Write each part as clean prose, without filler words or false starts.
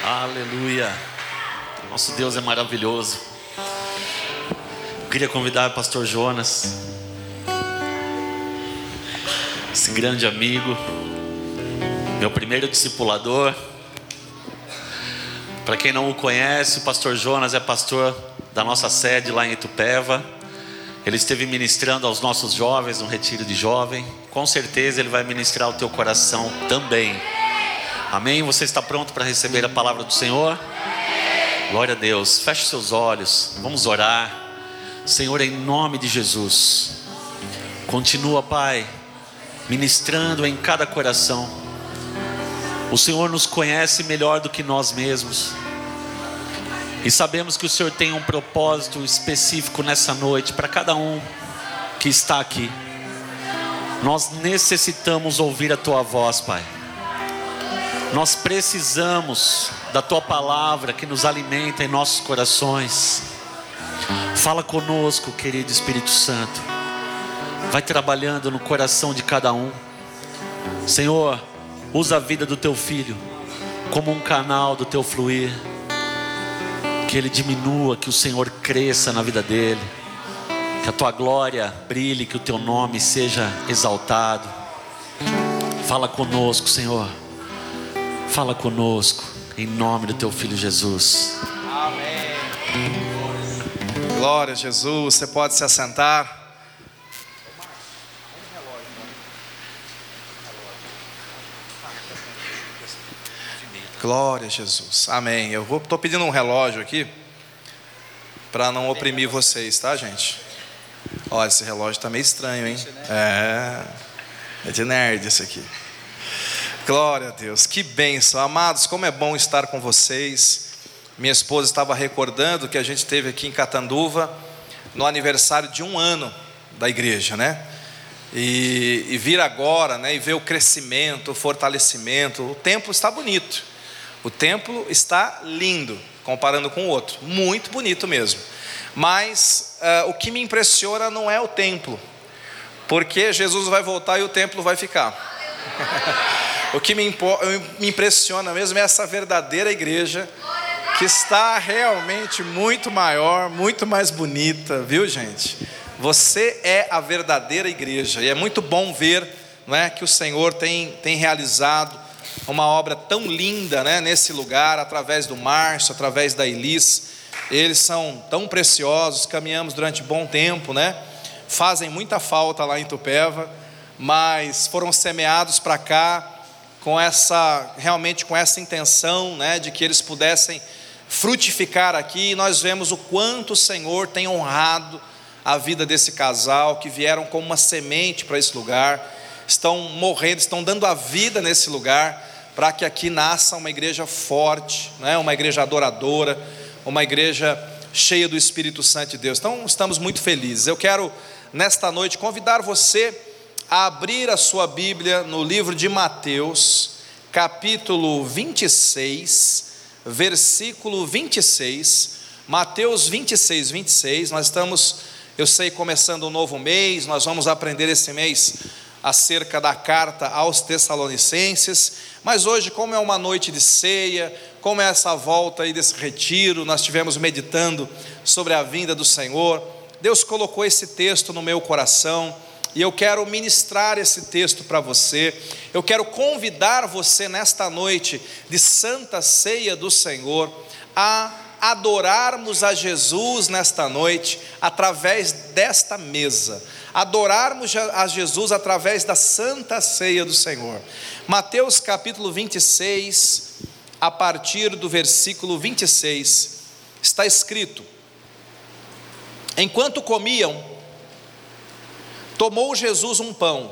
Aleluia. Nosso Deus é maravilhoso. Eu queria convidar o pastor Jonas, esse grande amigo, meu primeiro discipulador. Para quem não o conhece, o pastor Jonas é pastor da nossa sede lá em Itupeva. Ele esteve ministrando aos nossos jovens no retiro de jovem. Com certeza ele vai ministrar o teu coração também. Amém? Você está pronto para receber a palavra do Senhor? Glória a Deus. Feche seus olhos, vamos orar. Senhor, em nome de Jesus, continua, Pai, ministrando em cada coração. O Senhor nos conhece melhor do que nós mesmos, e sabemos que o Senhor tem um propósito específico nessa noite para cada um que está aqui. Nós necessitamos ouvir a Tua voz, Pai. Nós precisamos da Tua palavra que nos alimenta em nossos corações. Fala conosco, querido Espírito Santo. Vai trabalhando no coração de cada um. Senhor, usa a vida do Teu Filho como um canal do Teu fluir. Que ele diminua, que o Senhor cresça na vida dele. Que a Tua glória brilhe, que o Teu nome seja exaltado. Fala conosco, Senhor. Fala conosco, em nome do Teu Filho Jesus. Amém. Glória a Jesus. Você pode se assentar. Glória a Jesus. Amém. Eu estou pedindo um relógio aqui para não oprimir vocês, tá, gente? Olha, esse relógio está meio estranho, hein? É de nerd esse aqui. Glória a Deus, que bênção. Amados, como é bom estar com vocês. Minha esposa estava recordando que a gente esteve aqui em Catanduva no aniversário de 1 ano da igreja, né? E vir agora, né, e ver o crescimento, o fortalecimento. O templo está bonito, o templo está lindo, comparando com o outro, muito bonito mesmo. Mas o que me impressiona não é o templo, porque Jesus vai voltar e o templo vai ficar. O que me impressiona mesmo é essa verdadeira igreja, que está realmente muito maior, muito mais bonita, viu, gente? Você é a verdadeira igreja, e é muito bom ver, não é, que o Senhor tem realizado uma obra tão linda, né, nesse lugar, através do Márcio, através da Elis. Eles são tão preciosos, caminhamos durante bom tempo, né? Fazem muita falta lá em Itupeva, mas foram semeados para cá realmente com essa intenção, né, de que eles pudessem frutificar aqui. E nós vemos o quanto o Senhor tem honrado a vida desse casal, que vieram como uma semente para esse lugar, estão morrendo, estão dando a vida nesse lugar, para que aqui nasça uma igreja forte, né, uma igreja adoradora, uma igreja cheia do Espírito Santo de Deus. Então estamos muito felizes. Eu quero nesta noite convidar você a abrir a sua Bíblia no livro de Mateus, capítulo 26, versículo 26. Mateus 26, 26. Nós estamos, eu sei, começando um novo mês. Nós vamos aprender esse mês acerca da carta aos Tessalonicenses. Mas hoje, como é uma noite de ceia, como é essa volta aí desse retiro, nós estivemos meditando sobre a vinda do Senhor. Deus colocou esse texto no meu coração, e eu quero ministrar esse texto para você. Eu quero convidar você nesta noite de Santa Ceia do Senhor a adorarmos a Jesus nesta noite através desta mesa, adorarmos a Jesus através da Santa Ceia do Senhor. Mateus capítulo 26, a partir do versículo 26, está escrito: enquanto comiam, tomou Jesus um pão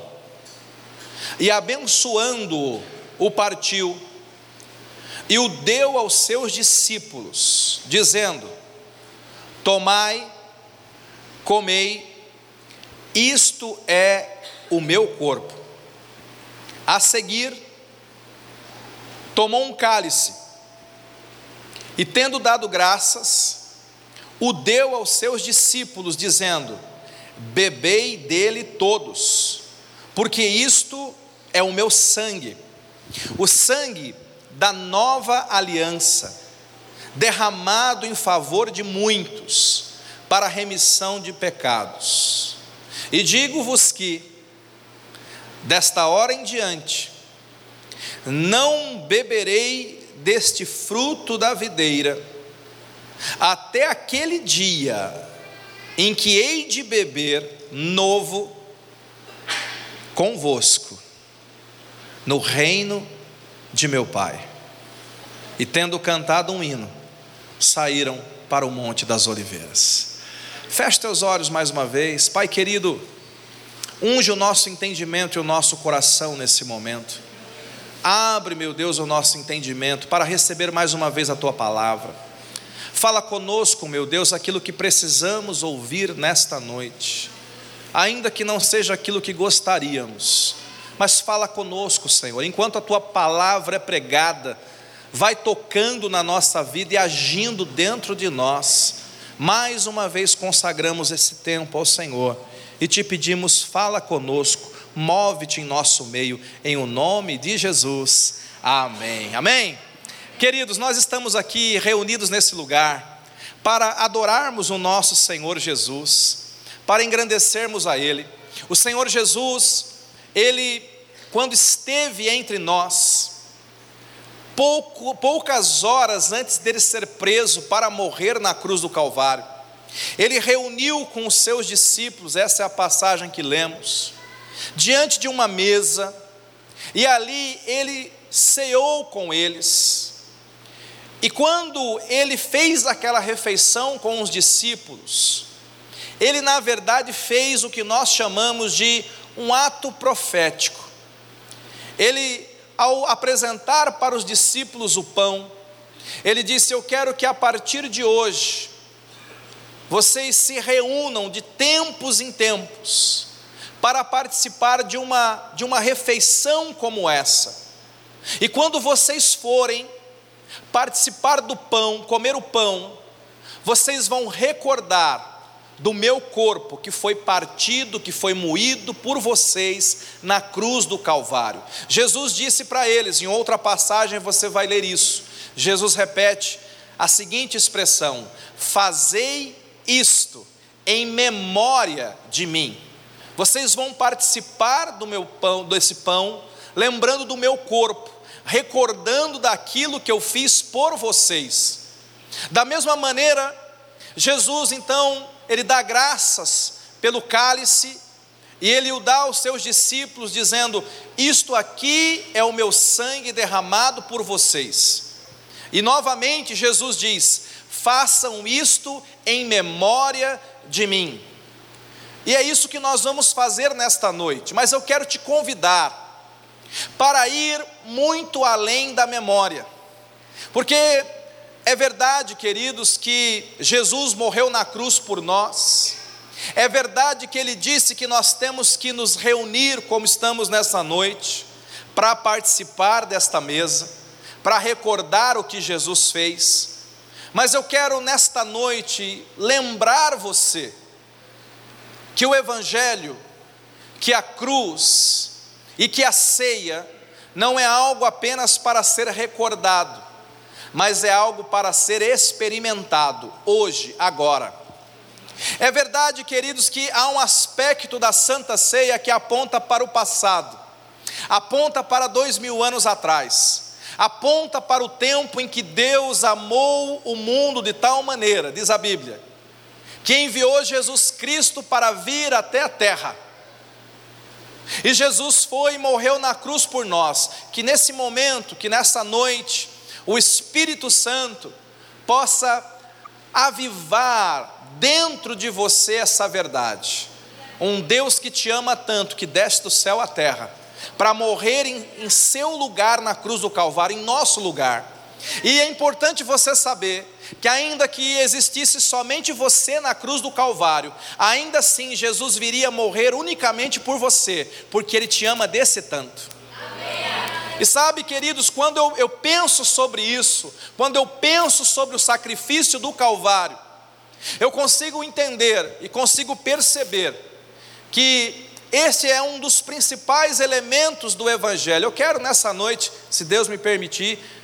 e, abençoando-o, o partiu e o deu aos seus discípulos, dizendo: tomai, comei, isto é o meu corpo. A seguir, tomou um cálice e, tendo dado graças, o deu aos seus discípulos, dizendo: bebei dele todos, porque isto é o meu sangue, o sangue da nova aliança, derramado em favor de muitos, para a remissão de pecados. E digo-vos que, desta hora em diante, não beberei deste fruto da videira, até aquele dia em que hei de beber novo convosco, no reino de meu Pai. E tendo cantado um hino, saíram para o Monte das Oliveiras. Feche teus olhos mais uma vez. Pai querido, unge o nosso entendimento e o nosso coração nesse momento. Abre, meu Deus, o nosso entendimento para receber mais uma vez a Tua palavra. Fala conosco, meu Deus, aquilo que precisamos ouvir nesta noite, ainda que não seja aquilo que gostaríamos, mas fala conosco, Senhor, enquanto a Tua palavra é pregada, vai tocando na nossa vida e agindo dentro de nós. Mais uma vez consagramos esse tempo ao Senhor e te pedimos, fala conosco, move-te em nosso meio, em o nome de Jesus, amém, amém. Queridos, nós estamos aqui reunidos nesse lugar para adorarmos o nosso Senhor Jesus, para engrandecermos a Ele. O Senhor Jesus, Ele, quando esteve entre nós, poucas horas antes dele ser preso para morrer na cruz do Calvário, Ele reuniu com os seus discípulos, essa é a passagem que lemos, diante de uma mesa, e ali Ele ceou com eles. E quando Ele fez aquela refeição com os discípulos, Ele na verdade fez o que nós chamamos de um ato profético. Ele, ao apresentar para os discípulos o pão, Ele disse: eu quero que a partir de hoje, vocês se reúnam de tempos em tempos, para participar de uma refeição como essa. E quando vocês forem participar do pão, comer o pão, vocês vão recordar do meu corpo que foi partido, que foi moído por vocês na cruz do Calvário. Jesus disse para eles, em outra passagem você vai ler isso, Jesus repete a seguinte expressão: fazei isto em memória de mim. Vocês vão participar do meu pão, desse pão, lembrando do meu corpo, recordando daquilo que eu fiz por vocês. Da mesma maneira, Jesus então, Ele dá graças pelo cálice, e Ele o dá aos seus discípulos, dizendo: isto aqui é o meu sangue derramado por vocês. E novamente Jesus diz: façam isto em memória de mim. E é isso que nós vamos fazer nesta noite, mas eu quero te convidar para ir muito além da memória, porque é verdade, queridos, que Jesus morreu na cruz por nós, é verdade que Ele disse que nós temos que nos reunir como estamos nessa noite, para participar desta mesa, para recordar o que Jesus fez, mas eu quero nesta noite lembrar você, que o Evangelho, que a cruz e que a ceia não é algo apenas para ser recordado, mas é algo para ser experimentado hoje, agora. É verdade, queridos, que há um aspecto da Santa Ceia que aponta para o passado, aponta para 2000 anos atrás, aponta para o tempo em que Deus amou o mundo de tal maneira, diz a Bíblia, que enviou Jesus Cristo para vir até a terra. E Jesus foi e morreu na cruz por nós. Que nesse momento, que nessa noite, o Espírito Santo possa avivar dentro de você essa verdade. Um Deus que te ama tanto, que desce do céu à terra, para morrer em seu lugar na cruz do Calvário, em nosso lugar. E é importante você saber que ainda que existisse somente você na cruz do Calvário, ainda assim Jesus viria morrer unicamente por você, porque Ele te ama desse tanto. Amém. E sabe, queridos, quando eu penso sobre isso, quando eu penso sobre o sacrifício do Calvário, eu consigo entender e consigo perceber que esse é um dos principais elementos do Evangelho. Eu quero nessa noite, se Deus me permitir,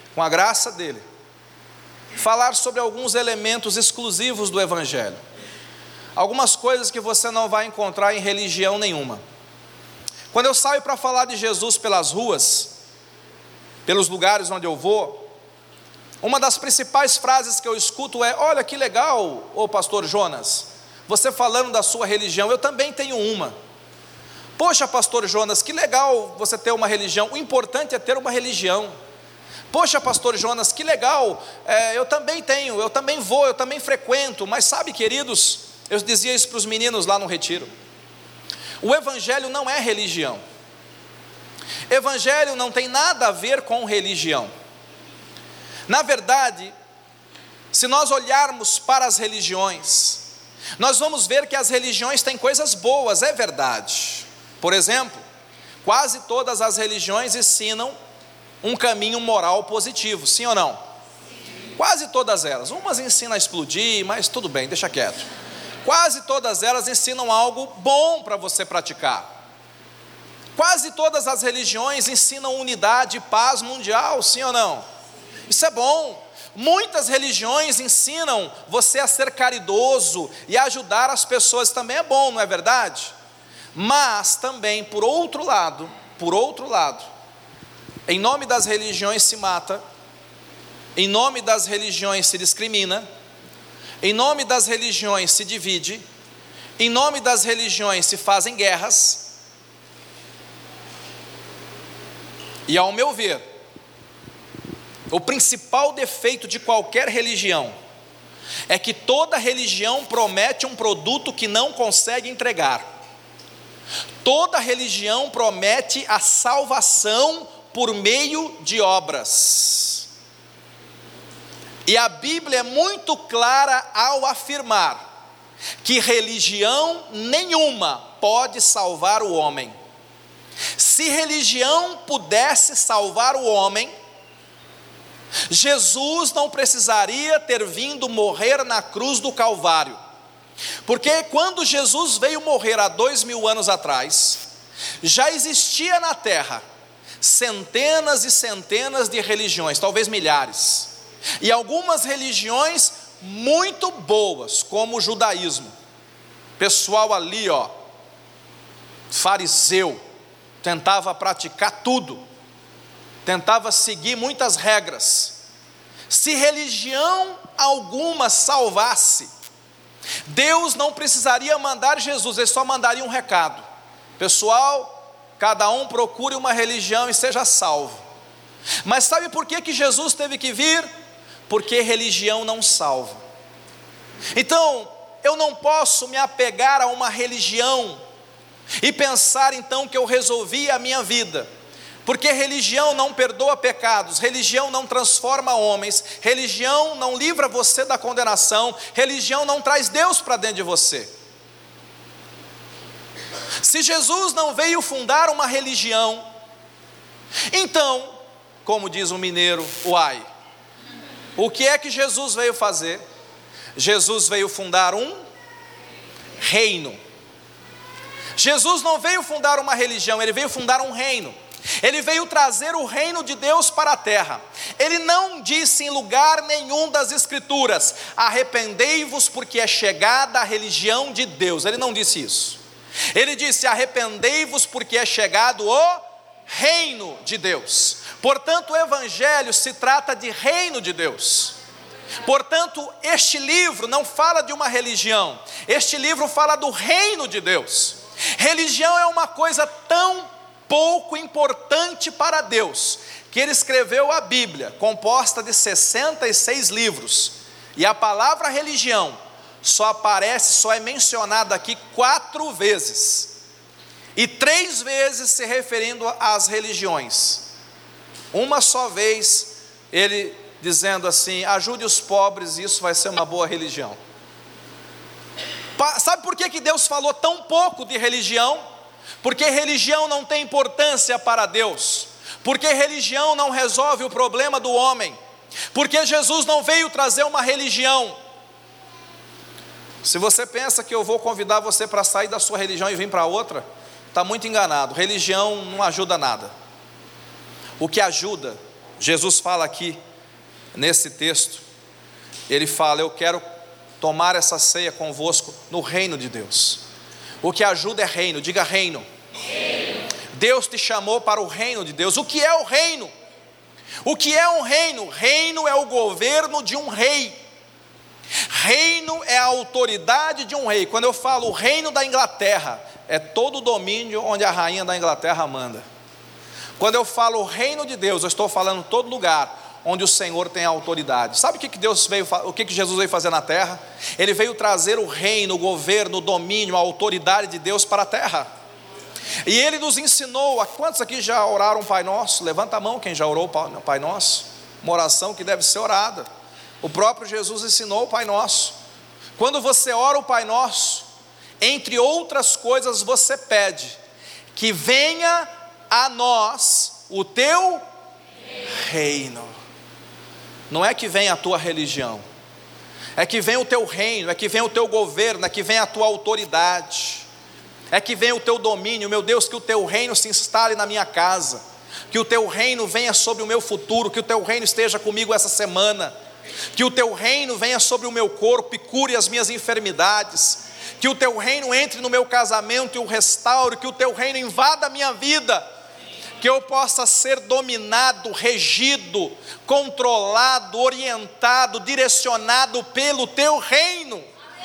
com a graça dele, falar sobre alguns elementos exclusivos do Evangelho. Algumas coisas que você não vai encontrar em religião nenhuma. Quando eu saio para falar de Jesus pelas ruas, pelos lugares onde eu vou, uma das principais frases que eu escuto é: olha que legal, ô pastor Jonas, você falando da sua religião, eu também tenho uma. Poxa, pastor Jonas, que legal você ter uma religião, o importante é ter uma religião. Poxa, pastor Jonas, que legal, eu também tenho, eu também vou, eu também frequento. Mas sabe, queridos, eu dizia isso para os meninos lá no retiro, o Evangelho não é religião. Evangelho não tem nada a ver com religião. Na verdade, se nós olharmos para as religiões, nós vamos ver que as religiões têm coisas boas, é verdade. Por exemplo, quase todas as religiões ensinam um caminho moral positivo, sim ou não? Sim. Quase todas elas. Umas ensinam a explodir, mas tudo bem, deixa quieto. Quase todas elas ensinam algo bom para você praticar. Quase todas as religiões ensinam unidade e paz mundial, sim ou não? Isso é bom. Muitas religiões ensinam você a ser caridoso e a ajudar as pessoas, também é bom, não é verdade? Mas também, por outro lado, em nome das religiões se mata, em nome das religiões se discrimina, em nome das religiões se divide, em nome das religiões se fazem guerras. E ao meu ver, o principal defeito de qualquer religião é que toda religião promete um produto que não consegue entregar. Toda religião promete a salvação por meio de obras. E a Bíblia é muito clara ao afirmar que religião nenhuma pode salvar o homem. Se religião pudesse salvar o homem, Jesus não precisaria ter vindo morrer na cruz do Calvário. Porque quando Jesus veio morrer há 2000 anos atrás, já existia na terra centenas e centenas de religiões, talvez milhares, e algumas religiões muito boas, como o judaísmo. Pessoal ali, fariseu, tentava praticar tudo, tentava seguir muitas regras. Se religião alguma salvasse, Deus não precisaria mandar Jesus, ele só mandaria um recado: pessoal, cada um procure uma religião e seja salvo. Mas sabe por que Jesus teve que vir? Porque religião não salva. Então, eu não posso me apegar a uma religião e pensar então que eu resolvi a minha vida, porque religião não perdoa pecados, religião não transforma homens, religião não livra você da condenação, religião não traz Deus para dentro de você. Se Jesus não veio fundar uma religião, então, como diz um mineiro, uai, o que é que Jesus veio fazer? Jesus veio fundar um reino. Jesus não veio fundar uma religião, ele veio fundar um reino. Ele veio trazer o reino de Deus para a terra. Ele não disse em lugar nenhum das Escrituras: arrependei-vos porque é chegada a religião de Deus. Ele não disse isso. Ele disse: arrependei-vos porque é chegado o reino de Deus. Portanto, o Evangelho se trata de reino de Deus. Portanto, este livro não fala de uma religião, este livro fala do reino de Deus. Religião é uma coisa tão pouco importante para Deus, que ele escreveu a Bíblia, composta de 66 livros, e a palavra religião só é mencionada aqui 4 vezes, e 3 vezes se referindo às religiões. Uma só vez ele dizendo assim: ajude os pobres, e isso vai ser uma boa religião. Sabe por que Deus falou tão pouco de religião? Porque religião não tem importância para Deus, porque religião não resolve o problema do homem, porque Jesus não veio trazer uma religião. Se você pensa que eu vou convidar você para sair da sua religião e vir para outra, está muito enganado. Religião não ajuda nada. O que ajuda Jesus fala aqui, nesse texto, ele fala: eu quero tomar essa ceia convosco no reino de Deus. O que ajuda é reino, diga reino. Deus te chamou para o reino de Deus. O que é o reino? O que é um reino? Reino é o governo de um rei. Reino é a autoridade de um rei. Quando eu falo o reino da Inglaterra, é todo o domínio onde a rainha da Inglaterra manda. Quando eu falo o reino de Deus, eu estou falando todo lugar onde o Senhor tem autoridade. Sabe o que Jesus veio fazer na terra? Ele veio trazer o reino, o governo, o domínio, a autoridade de Deus para a terra. E ele nos ensinou. Quantos aqui já oraram Pai Nosso? Levanta a mão quem já orou o Pai Nosso. Uma oração que deve ser orada. O próprio Jesus ensinou o Pai Nosso. Quando você ora o Pai Nosso, entre outras coisas você pede que venha a nós o teu reino. Não é que venha a tua religião, é que venha o teu reino, é que venha o teu governo, é que venha a tua autoridade, é que venha o teu domínio. Meu Deus, que o teu reino se instale na minha casa, que o teu reino venha sobre o meu futuro, que o teu reino esteja comigo essa semana, que o teu reino venha sobre o meu corpo e cure as minhas enfermidades, que o teu reino entre no meu casamento e o restaure, que o teu reino invada a minha vida, que eu possa ser dominado, regido, controlado, orientado, direcionado pelo teu reino.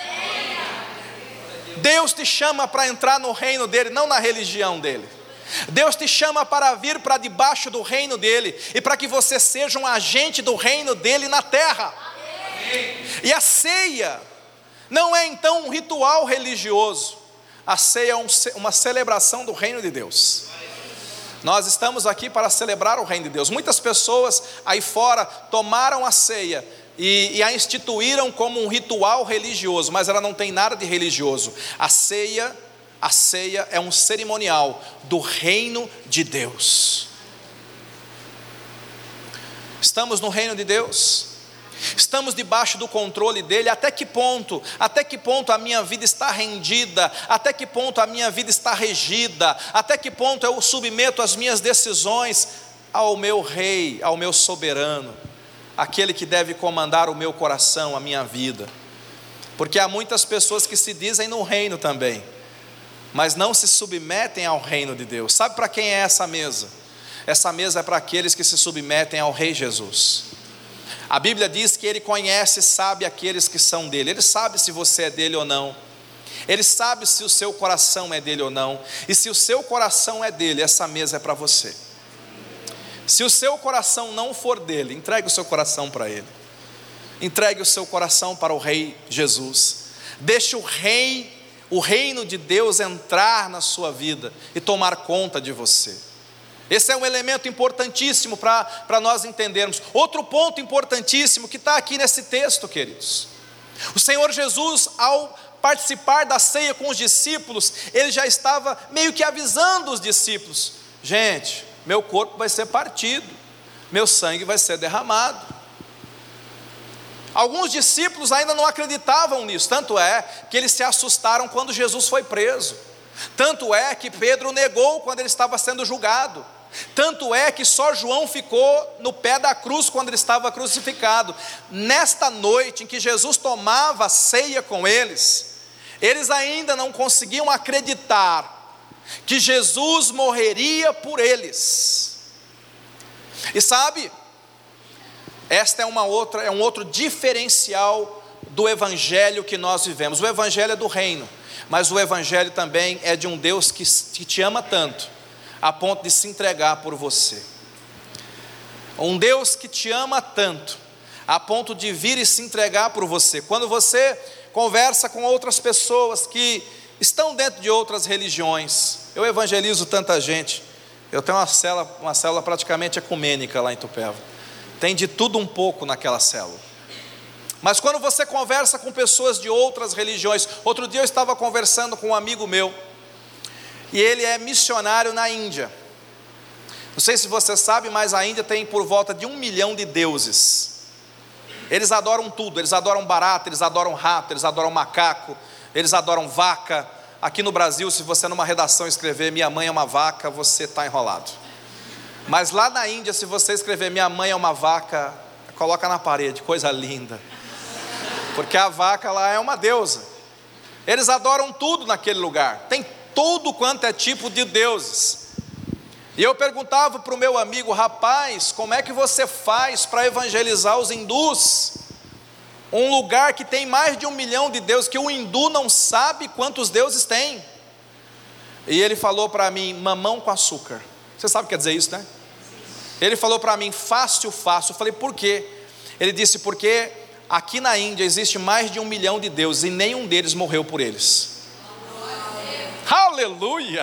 Deus te chama para entrar no reino dele, não na religião dele. Deus te chama para vir para debaixo do reino dele, e para que você seja um agente do reino dele na terra. E a ceia não é então um ritual religioso. A ceia é uma celebração do reino de Deus. Nós estamos aqui para celebrar o reino de Deus. Muitas pessoas aí fora tomaram a ceia e a instituíram como um ritual religioso, mas ela não tem nada de religioso. A ceia é um cerimonial do reino de Deus. Estamos no reino de Deus, estamos debaixo do controle dele. Até que ponto a minha vida está rendida? Até que ponto a minha vida está regida? Até que ponto eu submeto as minhas decisões ao meu rei, ao meu soberano, aquele que deve comandar o meu coração, a minha vida? Porque há muitas pessoas que se dizem no reino também, mas não se submetem ao reino de Deus. Sabe para quem é essa mesa? Essa mesa é para aqueles que se submetem ao Rei Jesus. A Bíblia diz que Ele conhece e sabe aqueles que são dele. Ele sabe se você é dele ou não. Ele sabe se o seu coração é dele ou não. E se o seu coração é dele, essa mesa é para você. Se o seu coração não for dele, entregue o seu coração para ele. Entregue o seu coração para o Rei Jesus. Deixe o reino de Deus entrar na sua vida e tomar conta de você. Esse é um elemento importantíssimo para nós entendermos. Outro ponto importantíssimo que está aqui nesse texto, queridos. O Senhor Jesus, ao participar da ceia com os discípulos, Ele já estava meio que avisando os discípulos: gente, meu corpo vai ser partido, meu sangue vai ser derramado. Alguns discípulos ainda não acreditavam nisso, tanto é que eles se assustaram quando Jesus foi preso. Tanto é que Pedro negou quando ele estava sendo julgado. Tanto é que só João ficou no pé da cruz quando ele estava crucificado. Nesta noite em que Jesus tomava a ceia com eles, eles ainda não conseguiam acreditar que Jesus morreria por eles. E sabe, esta é um outro diferencial do evangelho que nós vivemos. O evangelho é do reino, mas o evangelho também é de um Deus que te ama tanto a ponto de se entregar por você. Um Deus que te ama tanto a ponto de vir e se entregar por você. Quando você conversa com outras pessoas que estão dentro de outras religiões, eu evangelizo tanta gente. Eu tenho uma célula praticamente ecumênica lá em Itupeva. Tem de tudo um pouco naquela célula. Mas quando você conversa com pessoas de outras religiões, outro dia eu estava conversando com um amigo meu, e ele é missionário na Índia. Não sei se você sabe, mas a Índia tem por volta de 1 milhão de deuses. Eles adoram tudo, eles adoram barata, eles adoram rato, eles adoram macaco, eles adoram vaca. Aqui no Brasil, se você numa redação escrever "minha mãe é uma vaca", você está enrolado. Mas lá na Índia, se você escrever minha mãe é uma vaca, coloca na parede, coisa linda. Porque a vaca lá é uma deusa. Eles adoram tudo naquele lugar. Tem tudo quanto é tipo de deuses. E eu perguntava para o meu amigo: rapaz, como é que você faz para evangelizar os hindus? Um lugar que tem mais de 1 milhão de deuses, que o hindu não sabe quantos deuses tem. E ele falou para mim: mamão com açúcar. Você sabe o que quer dizer isso, né? Ele falou para mim: fácil, fácil. Eu falei: por quê? Ele disse: porque aqui na Índia existe mais de 1 milhão de deuses e nenhum deles morreu por eles. Aleluia!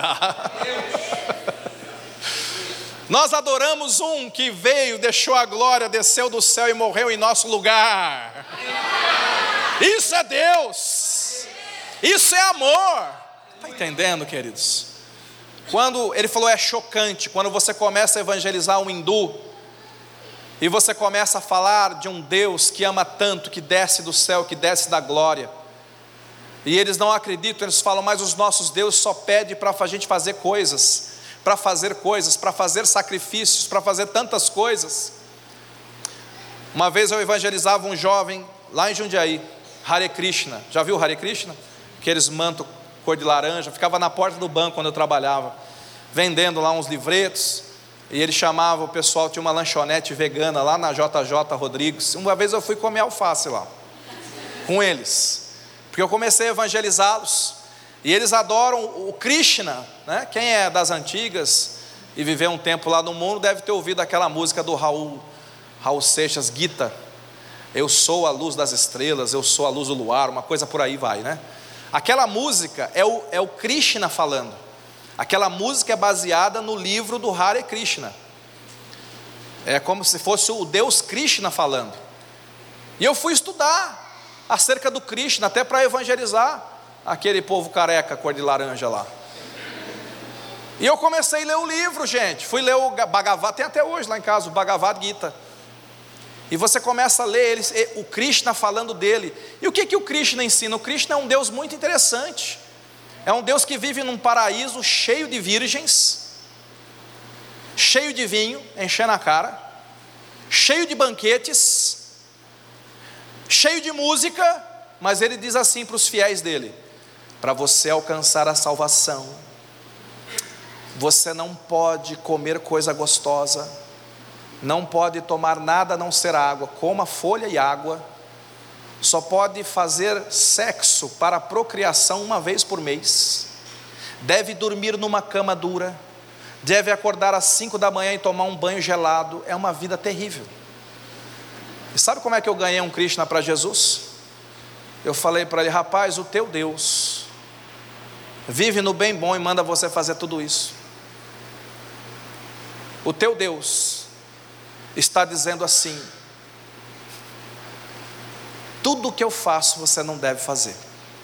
Nós adoramos um que veio, deixou a glória, desceu do céu e morreu em nosso lugar. Isso é Deus. Isso é amor. Está entendendo, queridos? Quando ele falou, é chocante, quando você começa a evangelizar um hindu, e você começa a falar de um Deus que ama tanto, que desce do céu, que desce da glória, e eles não acreditam, eles falam: mas os nossos deuses só pedem para a gente fazer coisas, para fazer sacrifícios, para fazer tantas coisas. Uma vez eu evangelizava um jovem lá em Jundiaí, Hare Krishna. Já viu Hare Krishna? Aqueles mantos cor de laranja. Ficava na porta do banco quando eu trabalhava, vendendo lá uns livretos. E ele chamava o pessoal, tinha uma lanchonete vegana lá na JJ Rodrigues. Uma vez eu fui comer alface lá com eles, porque eu comecei a evangelizá-los. E eles adoram o Krishna, né? Quem é das antigas e viveu um tempo lá no mundo deve ter ouvido aquela música do Raul Seixas, Gita. Eu sou a luz das estrelas, eu sou a luz do luar, uma coisa por aí vai, né? Aquela música é o Krishna falando. Aquela música é baseada no livro do Hare Krishna. É como se fosse o Deus Krishna falando. E eu fui estudar acerca do Krishna, até para evangelizar aquele povo careca, cor de laranja lá. E eu comecei a ler o livro, gente. Fui ler o Bhagavad, tem até hoje lá em casa, o Bhagavad Gita. E você começa a ler o Krishna falando dele. E o que o Krishna ensina? O Krishna é um Deus muito interessante. É um Deus que vive num paraíso cheio de virgens, cheio de vinho, enchendo a cara, cheio de banquetes, cheio de música. Mas ele diz assim para os fiéis dele: para você alcançar a salvação, você não pode comer coisa gostosa, não pode tomar nada a não ser água, coma folha e água, só pode fazer sexo para procriação uma vez por mês, deve dormir numa cama dura, deve acordar às 5 da manhã e tomar um banho gelado. É uma vida terrível. E sabe como é que eu ganhei um Krishna para Jesus? Eu falei para ele: rapaz, o teu Deus vive no bem bom e manda você fazer tudo isso. O teu Deus está dizendo assim: tudo o que eu faço você não deve fazer.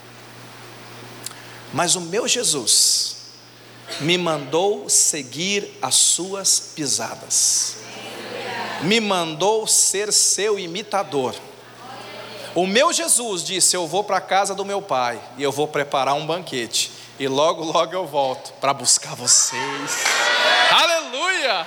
Mas o meu Jesus me mandou seguir as suas pisadas, me mandou ser seu imitador. O meu Jesus disse: eu vou para a casa do meu pai e eu vou preparar um banquete, e logo logo eu volto para buscar vocês. Aleluia!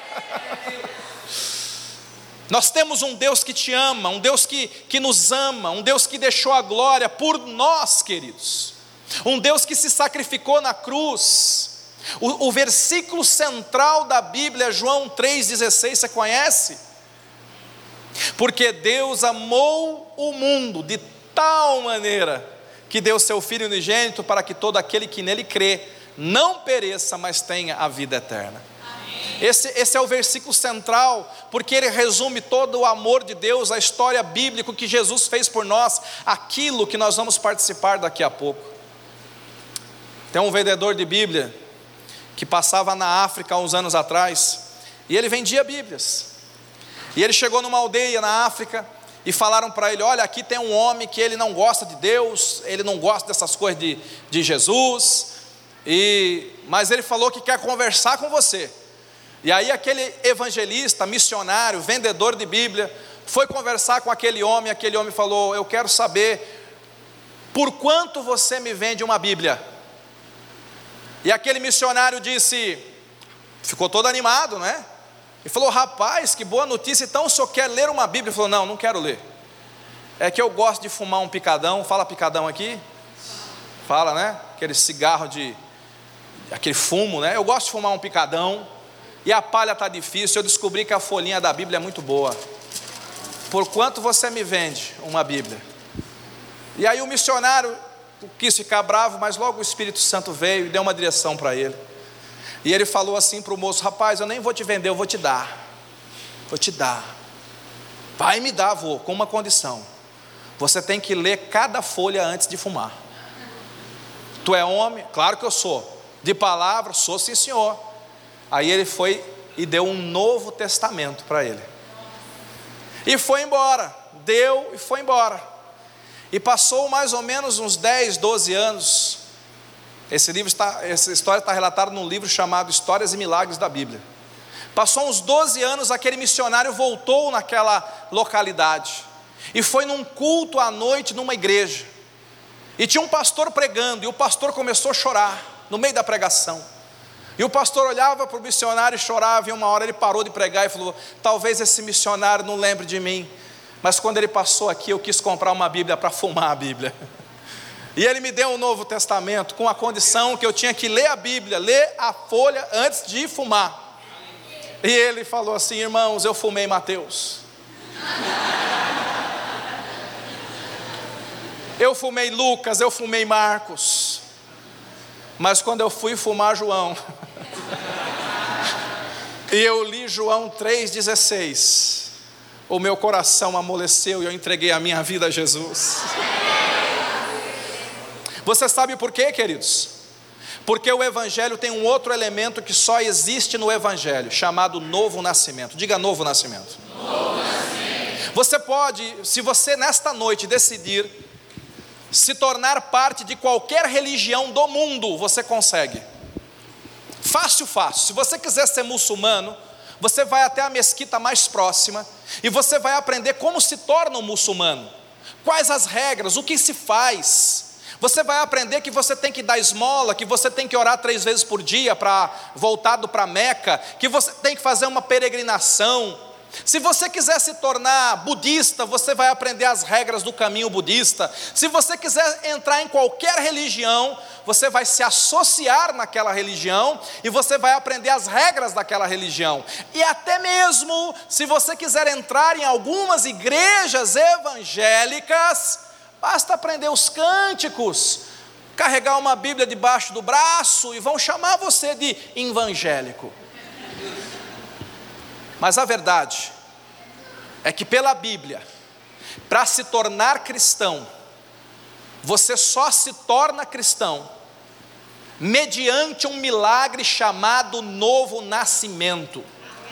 Nós temos um Deus que te ama, um Deus que nos ama, um Deus que deixou a glória por nós, queridos, um Deus que se sacrificou na cruz. O versículo central da Bíblia é João 3,16, você conhece? Porque Deus amou o mundo de tal maneira que deu seu Filho unigênito, para que todo aquele que nele crê não pereça, mas tenha a vida eterna. Esse é o versículo central, porque ele resume todo o amor de Deus, a história bíblica, o que Jesus fez por nós, aquilo que nós vamos participar daqui a pouco. Tem um vendedor de Bíblia que passava na África há uns anos atrás, e ele vendia Bíblias. E ele chegou numa aldeia na África e falaram para ele: olha, aqui tem um homem que ele não gosta de Deus, ele não gosta dessas coisas de Jesus, mas ele falou que quer conversar com você. E aí aquele evangelista, missionário, vendedor de Bíblia, foi conversar com aquele homem falou: eu quero saber por quanto você me vende uma Bíblia. E aquele missionário disse, ficou todo animado, né? E falou: rapaz, que boa notícia, então o senhor quer ler uma Bíblia? Ele falou: não, não quero ler. É que eu gosto de fumar um picadão. Fala picadão aqui? Fala, né? Aquele cigarro aquele fumo, né? Eu gosto de fumar um picadão. E a palha está difícil. Eu descobri que a folhinha da Bíblia é muito boa. Por quanto você me vende uma Bíblia? E aí o missionário quis ficar bravo, mas logo o Espírito Santo veio e deu uma direção para ele. E ele falou assim para o moço: rapaz, eu nem vou te vender, eu vou te dar. Vou te dar. Vai me dar, avô, com uma condição: você tem que ler cada folha antes de fumar. Tu é homem? Claro que eu sou. De palavra? Sou, sim senhor. Aí ele foi e deu um Novo Testamento para ele. E foi embora. Deu e foi embora. E passou mais ou menos uns 10, 12 anos. Essa história está relatada num livro chamado Histórias e Milagres da Bíblia. Passou uns 12 anos, aquele missionário voltou naquela localidade. E foi num culto à noite numa igreja. E tinha um pastor pregando, e o pastor começou a chorar no meio da pregação. E o pastor olhava para o missionário e chorava, e uma hora ele parou de pregar e falou: talvez esse missionário não lembre de mim, mas quando ele passou aqui eu quis comprar uma Bíblia para fumar a Bíblia. E ele me deu um Novo Testamento com a condição que eu tinha que ler a Bíblia, ler a folha antes de fumar. E ele falou assim: irmãos, eu fumei Mateus, eu fumei Lucas, eu fumei Marcos, mas quando eu fui fumar João e eu li João 3,16, o meu coração amoleceu e eu entreguei a minha vida a Jesus. Você sabe por quê, queridos? Porque o Evangelho tem um outro elemento que só existe no Evangelho, chamado novo nascimento. Diga: novo nascimento. Novo nascimento. Você pode, se você nesta noite decidir se tornar parte de qualquer religião do mundo, você consegue. Fácil, fácil. Se você quiser ser muçulmano, você vai até a mesquita mais próxima e você vai aprender como se torna um muçulmano, quais as regras, o que se faz. Você vai aprender que você tem que dar esmola, que você tem que orar 3 vezes por dia voltado para Meca, que você tem que fazer uma peregrinação. Se você quiser se tornar budista, você vai aprender as regras do caminho budista. Se você quiser entrar em qualquer religião, você vai se associar naquela religião e você vai aprender as regras daquela religião. E até mesmo se você quiser entrar em algumas igrejas evangélicas, basta aprender os cânticos, carregar uma Bíblia debaixo do braço e vão chamar você de evangélico. Mas a verdade é que pela Bíblia, para se tornar cristão, você só se torna cristão mediante um milagre chamado novo nascimento.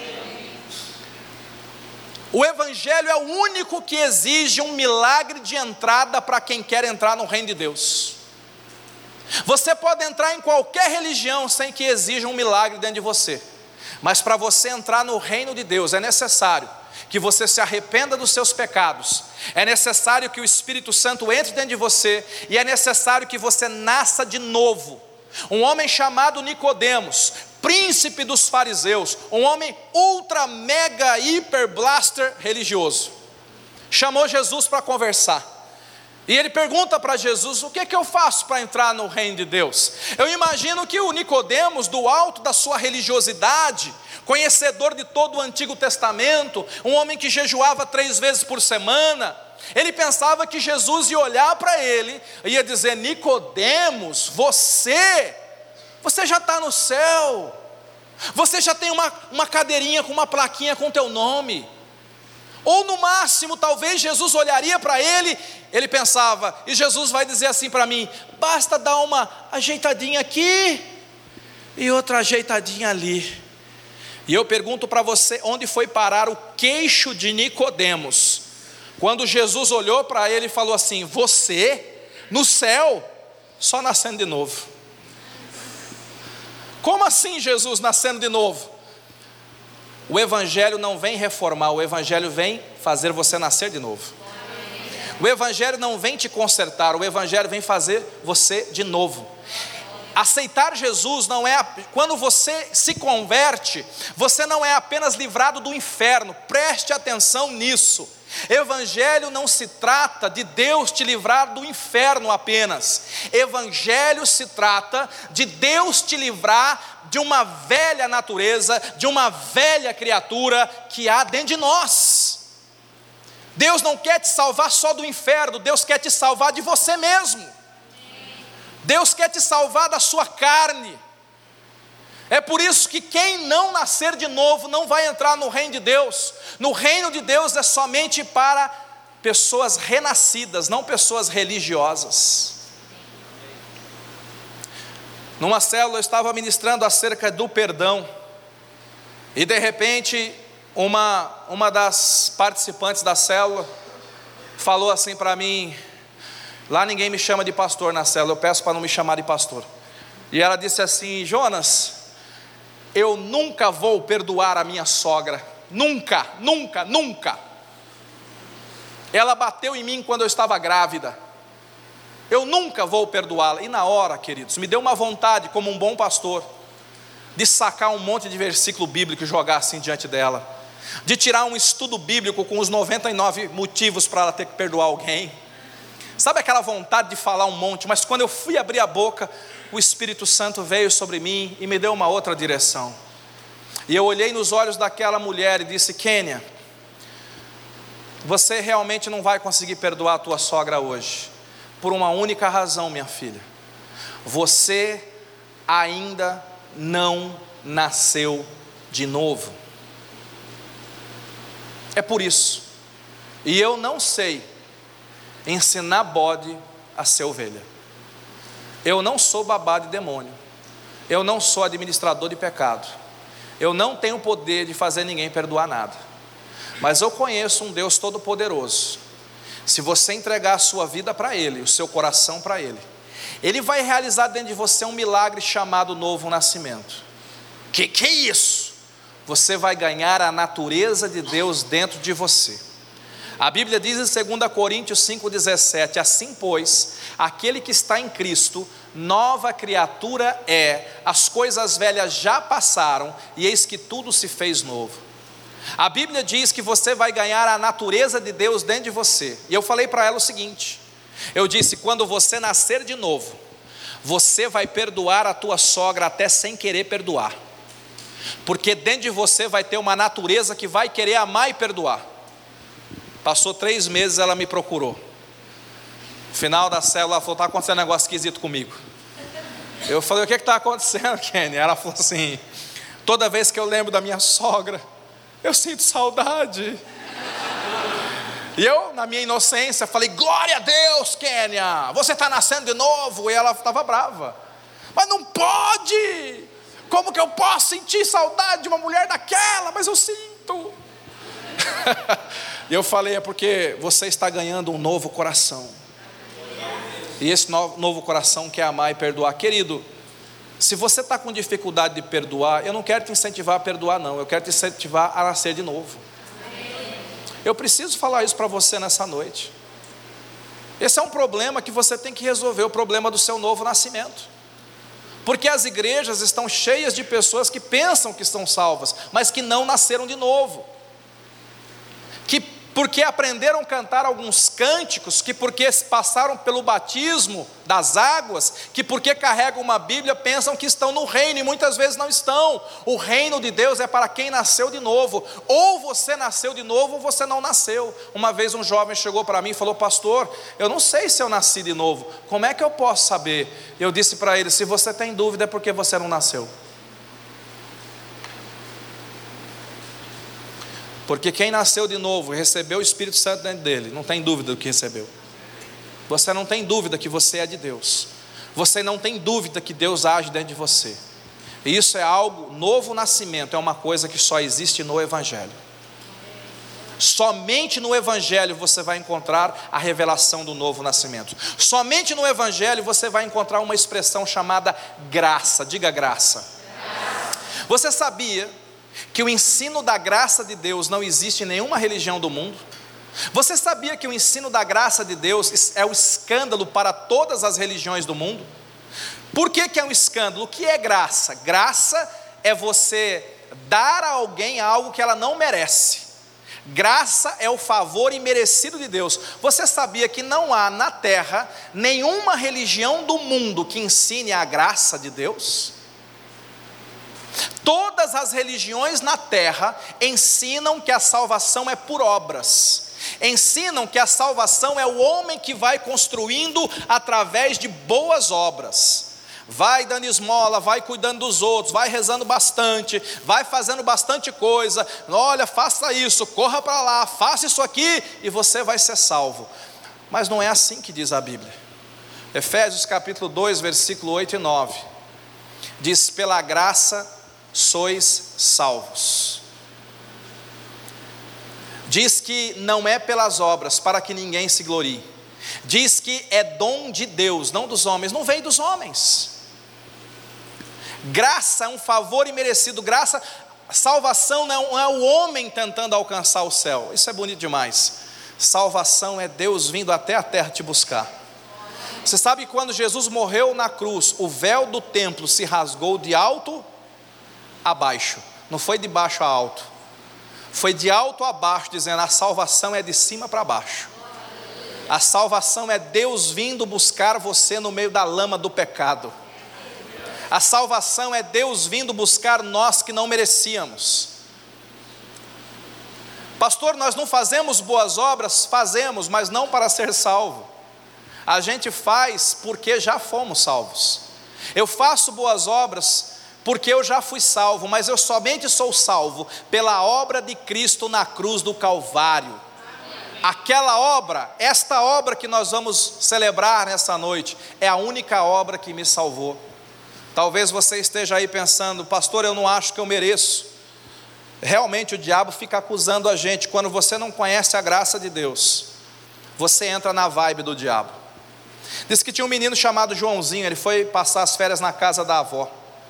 O Evangelho é o único que exige um milagre de entrada para quem quer entrar no reino de Deus. Você pode entrar em qualquer religião sem que exija um milagre dentro de você, mas para você entrar no reino de Deus é necessário que você se arrependa dos seus pecados, é necessário que o Espírito Santo entre dentro de você e é necessário que você nasça de novo. Um homem chamado Nicodemos, príncipe dos fariseus, um homem ultra mega hiper blaster religioso, chamou Jesus para conversar. E ele pergunta para Jesus: o que é que eu faço para entrar no reino de Deus? Eu imagino que o Nicodemos, do alto da sua religiosidade, conhecedor de todo o Antigo Testamento, um homem que jejuava 3 vezes por semana, ele pensava que Jesus ia olhar para ele e ia dizer: Nicodemos, você já está no céu, você já tem uma cadeirinha com uma plaquinha com teu nome. Ou no máximo, talvez Jesus olharia para ele, ele pensava, e Jesus vai dizer assim para mim: basta dar uma ajeitadinha aqui e outra ajeitadinha ali. E eu pergunto para você, onde foi parar o queixo de Nicodemos, quando Jesus olhou para ele e falou assim: você, no céu, só nascendo de novo. Como assim Jesus nascendo de novo? O Evangelho não vem reformar, o Evangelho vem fazer você nascer de novo. O Evangelho não vem te consertar, o Evangelho vem fazer você de novo. Aceitar Jesus não é, quando você se converte, você não é apenas livrado do inferno, preste atenção nisso. Evangelho não se trata de Deus te livrar do inferno apenas, evangelho se trata de Deus te livrar de uma velha natureza, de uma velha criatura que há dentro de nós. Deus não quer te salvar só do inferno, Deus quer te salvar de você mesmo. Deus quer te salvar da sua carne. É por isso que quem não nascer de novo não vai entrar no reino de Deus. No reino de Deus é somente para pessoas renascidas, não pessoas religiosas. Numa célula eu estava ministrando acerca do perdão, e de repente uma das participantes da célula falou assim para mim: lá ninguém me chama de pastor na célula, eu peço para não me chamar de pastor. E ela disse assim: Jonas, eu nunca vou perdoar a minha sogra, nunca, nunca, nunca. Ela bateu em mim quando eu estava grávida, eu nunca vou perdoá-la. E na hora, queridos, me deu uma vontade, como um bom pastor, de sacar um monte de versículo bíblico e jogar assim diante dela, de tirar um estudo bíblico com os 99 motivos para ela ter que perdoar alguém. Sabe aquela vontade de falar um monte, mas quando eu fui abrir a boca, o Espírito Santo veio sobre mim e me deu uma outra direção. E eu olhei nos olhos daquela mulher e disse: Kênia, você realmente não vai conseguir perdoar a tua sogra hoje, por uma única razão, minha filha: você ainda não nasceu de novo. É por isso. E eu não sei ensinar bode a ser ovelha. Eu não sou babá de demônio, eu não sou administrador de pecado, eu não tenho o poder de fazer ninguém perdoar nada, mas eu conheço um Deus todo poderoso. Se você entregar a sua vida para Ele, o seu coração para Ele, Ele vai realizar dentro de você um milagre chamado novo nascimento. Que é isso? Você vai ganhar a natureza de Deus dentro de você. A Bíblia diz em 2 Coríntios 5,17: assim pois, aquele que está em Cristo, nova criatura é, as coisas velhas já passaram, e eis que tudo se fez novo. A Bíblia diz que você vai ganhar a natureza de Deus dentro de você. E eu falei para ela o seguinte, eu disse: quando você nascer de novo, você vai perdoar a tua sogra até sem querer perdoar, porque dentro de você vai ter uma natureza que vai querer amar e perdoar. Passou 3 meses, ela me procurou. No final da célula, ela falou: está acontecendo um negócio esquisito comigo. Eu falei: o que está acontecendo, Kenny? Ela falou assim: toda vez que eu lembro da minha sogra, eu sinto saudade. E eu, na minha inocência, falei: glória a Deus, Kênia, você está nascendo de novo. E ela estava brava: mas não pode, como que eu posso sentir saudade de uma mulher daquela? Mas eu sinto. E eu falei: é porque você está ganhando um novo coração, e esse novo coração quer amar e perdoar. Querido, se você está com dificuldade de perdoar, eu não quero te incentivar a perdoar não, eu quero te incentivar a nascer de novo. Eu preciso falar isso para você nessa noite. Esse é um problema que você tem que resolver, o problema do seu novo nascimento. Porque as igrejas estão cheias de pessoas que pensam que estão salvas, mas que não nasceram de novo, que porque aprenderam a cantar alguns cânticos, que porque passaram pelo batismo das águas, que porque carregam uma Bíblia, pensam que estão no reino, e muitas vezes não estão. O reino de Deus é para quem nasceu de novo. Ou você nasceu de novo, ou você não nasceu. Uma vez um jovem chegou para mim e falou: pastor, eu não sei se eu nasci de novo, como é que eu posso saber? Eu disse para ele: se você tem dúvida é porque você não nasceu. Porque quem nasceu de novo, recebeu o Espírito Santo dentro dele, não tem dúvida do que recebeu. Você não tem dúvida que você é de Deus. Você não tem dúvida que Deus age dentro de você. E isso é algo, novo nascimento é uma coisa que só existe no Evangelho. Somente no Evangelho você vai encontrar a revelação do novo nascimento. Somente no Evangelho você vai encontrar uma expressão chamada graça. Diga graça. Você sabia que o ensino da graça de Deus não existe em nenhuma religião do mundo? Você sabia que o ensino da graça de Deus é o escândalo para todas as religiões do mundo? Por que é um escândalo? O que é graça? Graça é você dar a alguém algo que ela não merece. Graça é o favor imerecido de Deus. Você sabia que não há na terra nenhuma religião do mundo que ensine a graça de Deus? Todas as religiões na terra ensinam que a salvação é por obras, ensinam que a salvação é o homem que vai construindo através de boas obras. Vai dando esmola, vai cuidando dos outros, vai rezando bastante, vai fazendo bastante coisa. Olha, faça isso, corra para lá, faça isso aqui e você vai ser salvo. Mas não é assim que diz a Bíblia. Efésios capítulo 2, versículo 8 e 9 diz: pela graça sois salvos. Diz que não é pelas obras, para que ninguém se glorie. Diz que é dom de Deus, não dos homens, não vem dos homens. Graça é um favor imerecido. Graça, salvação não é o homem tentando alcançar o céu. Isso é bonito demais. Salvação é Deus vindo até a terra te buscar. Você sabe que quando Jesus morreu na cruz, o véu do templo se rasgou de alto a baixo. Não foi de baixo a alto, foi de alto a baixo, dizendo: a salvação é de cima para baixo. A salvação é Deus vindo buscar você no meio da lama do pecado. A salvação é Deus vindo buscar nós que não merecíamos. Pastor, nós não fazemos boas obras? Fazemos, mas não para ser salvo. A gente faz porque já fomos salvos. Eu faço boas obras porque eu já fui salvo, mas eu somente sou salvo pela obra de Cristo na cruz do Calvário. Aquela obra, esta obra que nós vamos celebrar nessa noite, é a única obra que me salvou. Talvez você esteja aí pensando: pastor, eu não acho que eu mereço. Realmente o diabo fica acusando a gente. Quando você não conhece a graça de Deus, você entra na vibe do diabo. Diz que tinha um menino chamado Joãozinho. Ele foi passar as férias na casa da avó.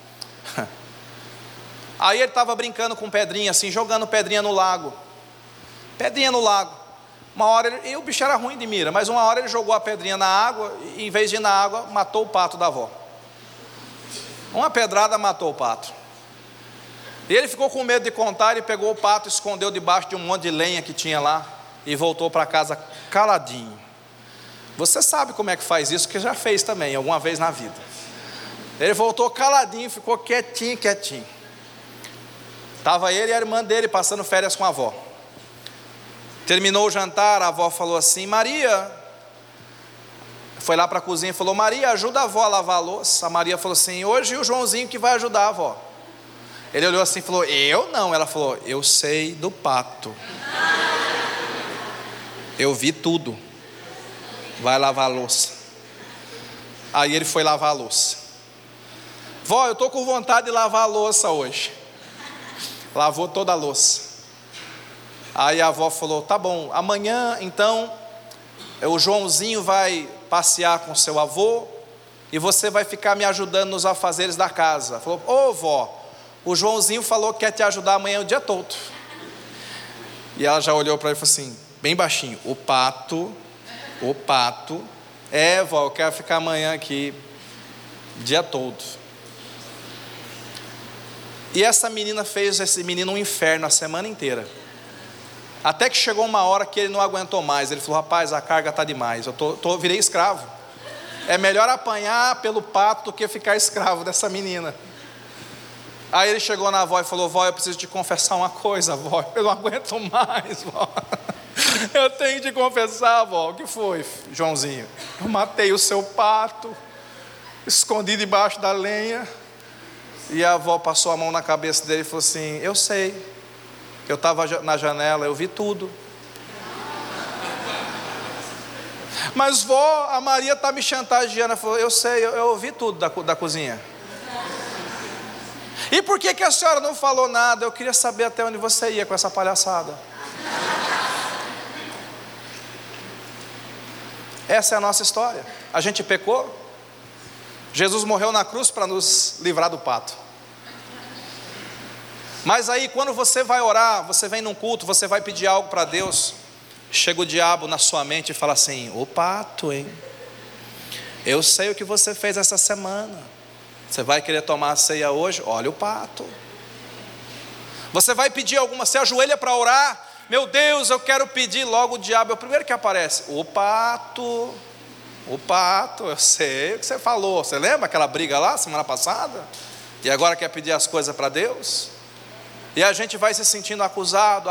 Aí ele estava brincando com pedrinha assim, jogando pedrinha no lago. Pedrinha no lago. Uma hora, e o bicho era ruim de mira, mas uma hora ele jogou a pedrinha na água, e em vez de ir na água, matou o pato da avó. Uma pedrada matou o pato. E ele ficou com medo de contar. Ele pegou o pato, escondeu debaixo de um monte de lenha que tinha lá e voltou para casa caladinho. Você sabe como é que faz isso, que já fez também alguma vez na vida. Ele voltou caladinho, ficou quietinho. Estava ele e a irmã dele passando férias com a avó. Terminou o jantar, a avó falou assim: Maria, foi lá para a cozinha e falou: Maria, ajuda a avó a lavar a louça. A Maria falou assim: hoje o Joãozinho que vai ajudar a avó. Ele olhou assim e falou: eu não. Ela falou: eu sei do pato, eu vi tudo, vai lavar a louça. Aí ele foi lavar a louça. Vó, eu estou com vontade de lavar a louça hoje. Lavou toda a louça. Aí a avó falou: tá bom, amanhã então o Joãozinho vai passear com seu avô e você vai ficar me ajudando nos afazeres da casa. Falou: ô vó, o Joãozinho falou que quer te ajudar amanhã o dia todo. E ela já olhou para ele e falou assim, bem baixinho: o pato, é vó, eu quero ficar amanhã aqui o dia todo. E essa menina fez esse menino um inferno a semana inteira. Até que chegou uma hora que ele não aguentou mais. Ele falou: rapaz, a carga está demais, eu virei escravo. É melhor apanhar pelo pato do que ficar escravo dessa menina. Aí ele chegou na avó e falou: vó, eu preciso te confessar uma coisa, vó, eu não aguento mais, vó. Eu tenho que te confessar, vó. O que foi, Joãozinho? Eu matei o seu pato, escondi debaixo da lenha. E a avó passou a mão na cabeça dele e falou assim: eu sei, eu estava na janela, eu vi tudo. Mas vó, a Maria está me chantageando. Ela falou: eu sei, eu ouvi tudo da cozinha. E por que a senhora não falou nada? Eu queria saber até onde você ia com essa palhaçada. Essa é a nossa história. A gente pecou. Jesus morreu na cruz para nos livrar do pato. Mas aí quando você vai orar, você vem num culto, você vai pedir algo para Deus, chega o diabo na sua mente e fala assim: ô pato, hein? Eu sei o que você fez essa semana. Você vai querer tomar a ceia hoje? Olha o pato. Você vai pedir alguma, você ajoelha para orar. Meu Deus, eu quero pedir. Logo o diabo é o primeiro que aparece. O pato, eu sei o que você falou. Você lembra aquela briga lá semana passada? E agora quer pedir as coisas para Deus? E a gente vai se sentindo acusado.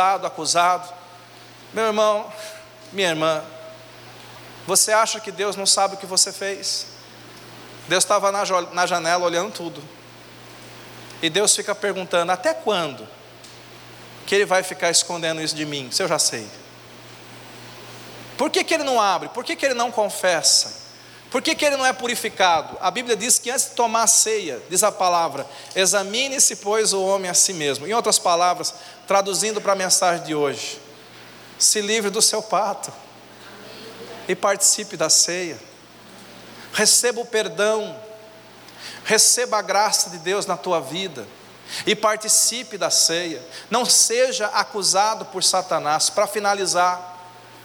Meu irmão, minha irmã, você acha que Deus não sabe o que você fez? Deus estava na janela olhando tudo. E Deus fica perguntando: até quando que Ele vai ficar escondendo isso de mim, se eu já sei? Por que Ele não abre? Por que Ele não confessa? Por que Ele não é purificado? A Bíblia diz que antes de tomar a ceia, diz a palavra: examine-se, pois, o homem a si mesmo. Em outras palavras, traduzindo para a mensagem de hoje, se livre do seu pato e participe da ceia. Receba o perdão, receba a graça de Deus na tua vida e participe da ceia. Não seja acusado por Satanás. Para finalizar,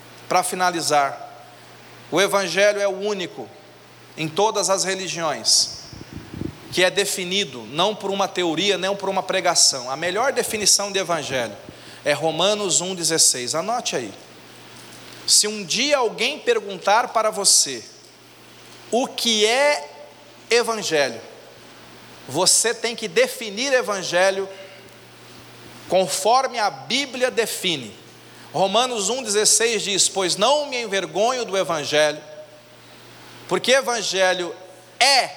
o Evangelho é o único em todas as religiões que é definido não por uma teoria, nem por uma pregação. A melhor definição de Evangelho é Romanos 1,16. Anote aí. Se um dia alguém perguntar para você o que é Evangelho, você tem que definir Evangelho conforme a Bíblia define. Romanos 1,16 diz: pois não me envergonho do Evangelho, porque Evangelho é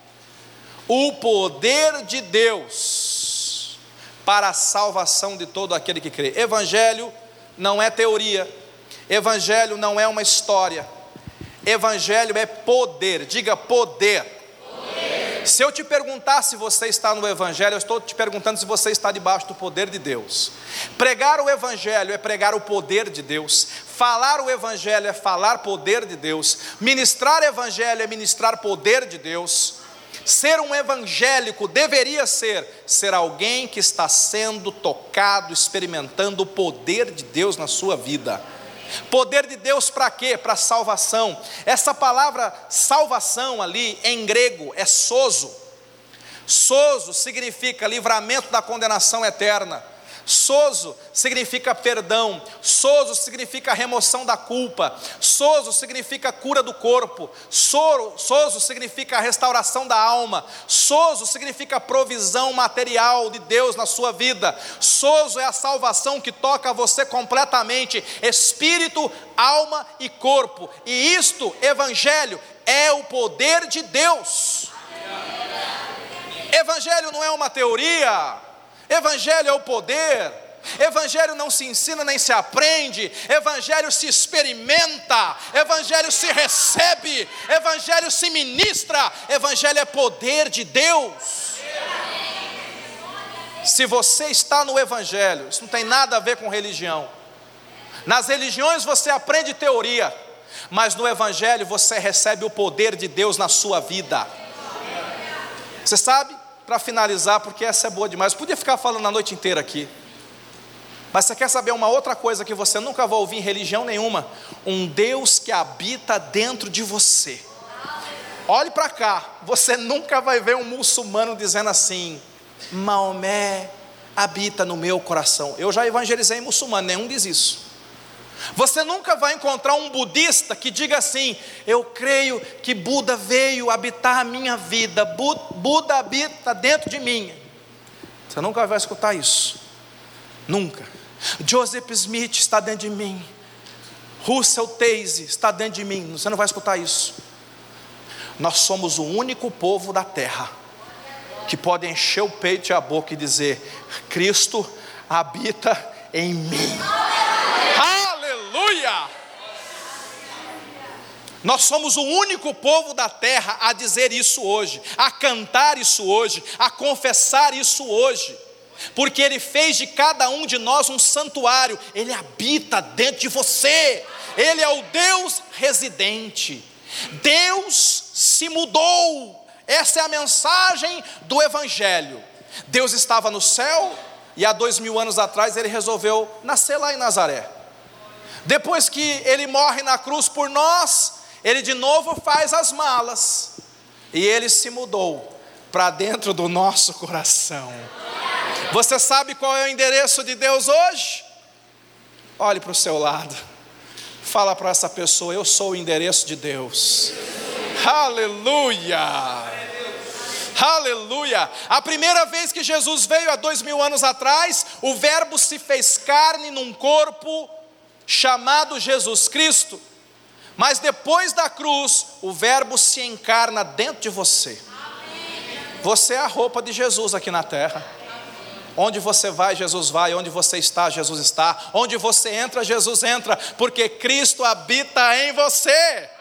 o poder de Deus para a salvação de todo aquele que crê. Evangelho não é teoria, Evangelho não é uma história, Evangelho é poder. Diga poder. Se eu te perguntar se você está no Evangelho, eu estou te perguntando se você está debaixo do poder de Deus. Pregar o Evangelho é pregar o poder de Deus. Falar o Evangelho é falar poder de Deus. Ministrar Evangelho é ministrar poder de Deus. Ser um evangélico deveria ser alguém que está sendo tocado, experimentando o poder de Deus na sua vida. Poder de Deus para quê? Para salvação. Essa palavra salvação ali em grego é sozo. Sozo significa livramento da condenação eterna. Sozo significa perdão. Sozo significa remoção da culpa. Sozo significa cura do corpo. Sozo significa restauração da alma. Sozo significa provisão material de Deus na sua vida. Sozo é a salvação que toca você completamente, espírito, alma e corpo. E isto, Evangelho, é o poder de Deus. Evangelho não é uma teoria. Evangelho é o poder. Evangelho não se ensina nem se aprende. Evangelho se experimenta. Evangelho se recebe. Evangelho se ministra. Evangelho é poder de Deus. Se você está no Evangelho, isso não tem nada a ver com religião. Nas religiões você aprende teoria, mas no Evangelho você recebe o poder de Deus na sua vida. Você sabe? Para finalizar, porque essa é boa demais, podia ficar falando a noite inteira aqui, mas você quer saber uma outra coisa que você nunca vai ouvir em religião nenhuma? Um Deus que habita dentro de você. Olhe para cá, você nunca vai ver um muçulmano dizendo assim: Maomé habita no meu coração. Eu já evangelizei muçulmano, nenhum diz isso. Você nunca vai encontrar um budista que diga assim: eu creio que Buda veio habitar a minha vida, Buda habita dentro de mim. Você nunca vai escutar isso, nunca. Joseph Smith está dentro de mim, Russell Taze está dentro de mim. Você não vai escutar isso. Nós somos o único povo da terra que pode encher o peito e a boca e dizer: Cristo habita em mim. Aleluia! Nós somos o único povo da terra a dizer isso hoje, a cantar isso hoje, a confessar isso hoje, porque Ele fez de cada um de nós um santuário. Ele habita dentro de você. Ele é o Deus residente. Deus se mudou. Essa é a mensagem do Evangelho. Deus estava no céu e há 2000 anos atrás Ele resolveu nascer lá em Nazaré. Depois que Ele morre na cruz por nós, ele de novo faz as malas e ele se mudou para dentro do nosso coração. Você sabe qual é o endereço de Deus hoje? Olhe para o seu lado, fala para essa pessoa: eu sou o endereço de Deus. Aleluia, aleluia. A primeira vez que Jesus veio há 2000 anos atrás, o verbo se fez carne num corpo chamado Jesus Cristo. Mas depois da cruz, o verbo se encarna dentro de você. Você é a roupa de Jesus aqui na terra. Onde você vai, Jesus vai. Onde você está, Jesus está. Onde você entra, Jesus entra. Porque Cristo habita em você.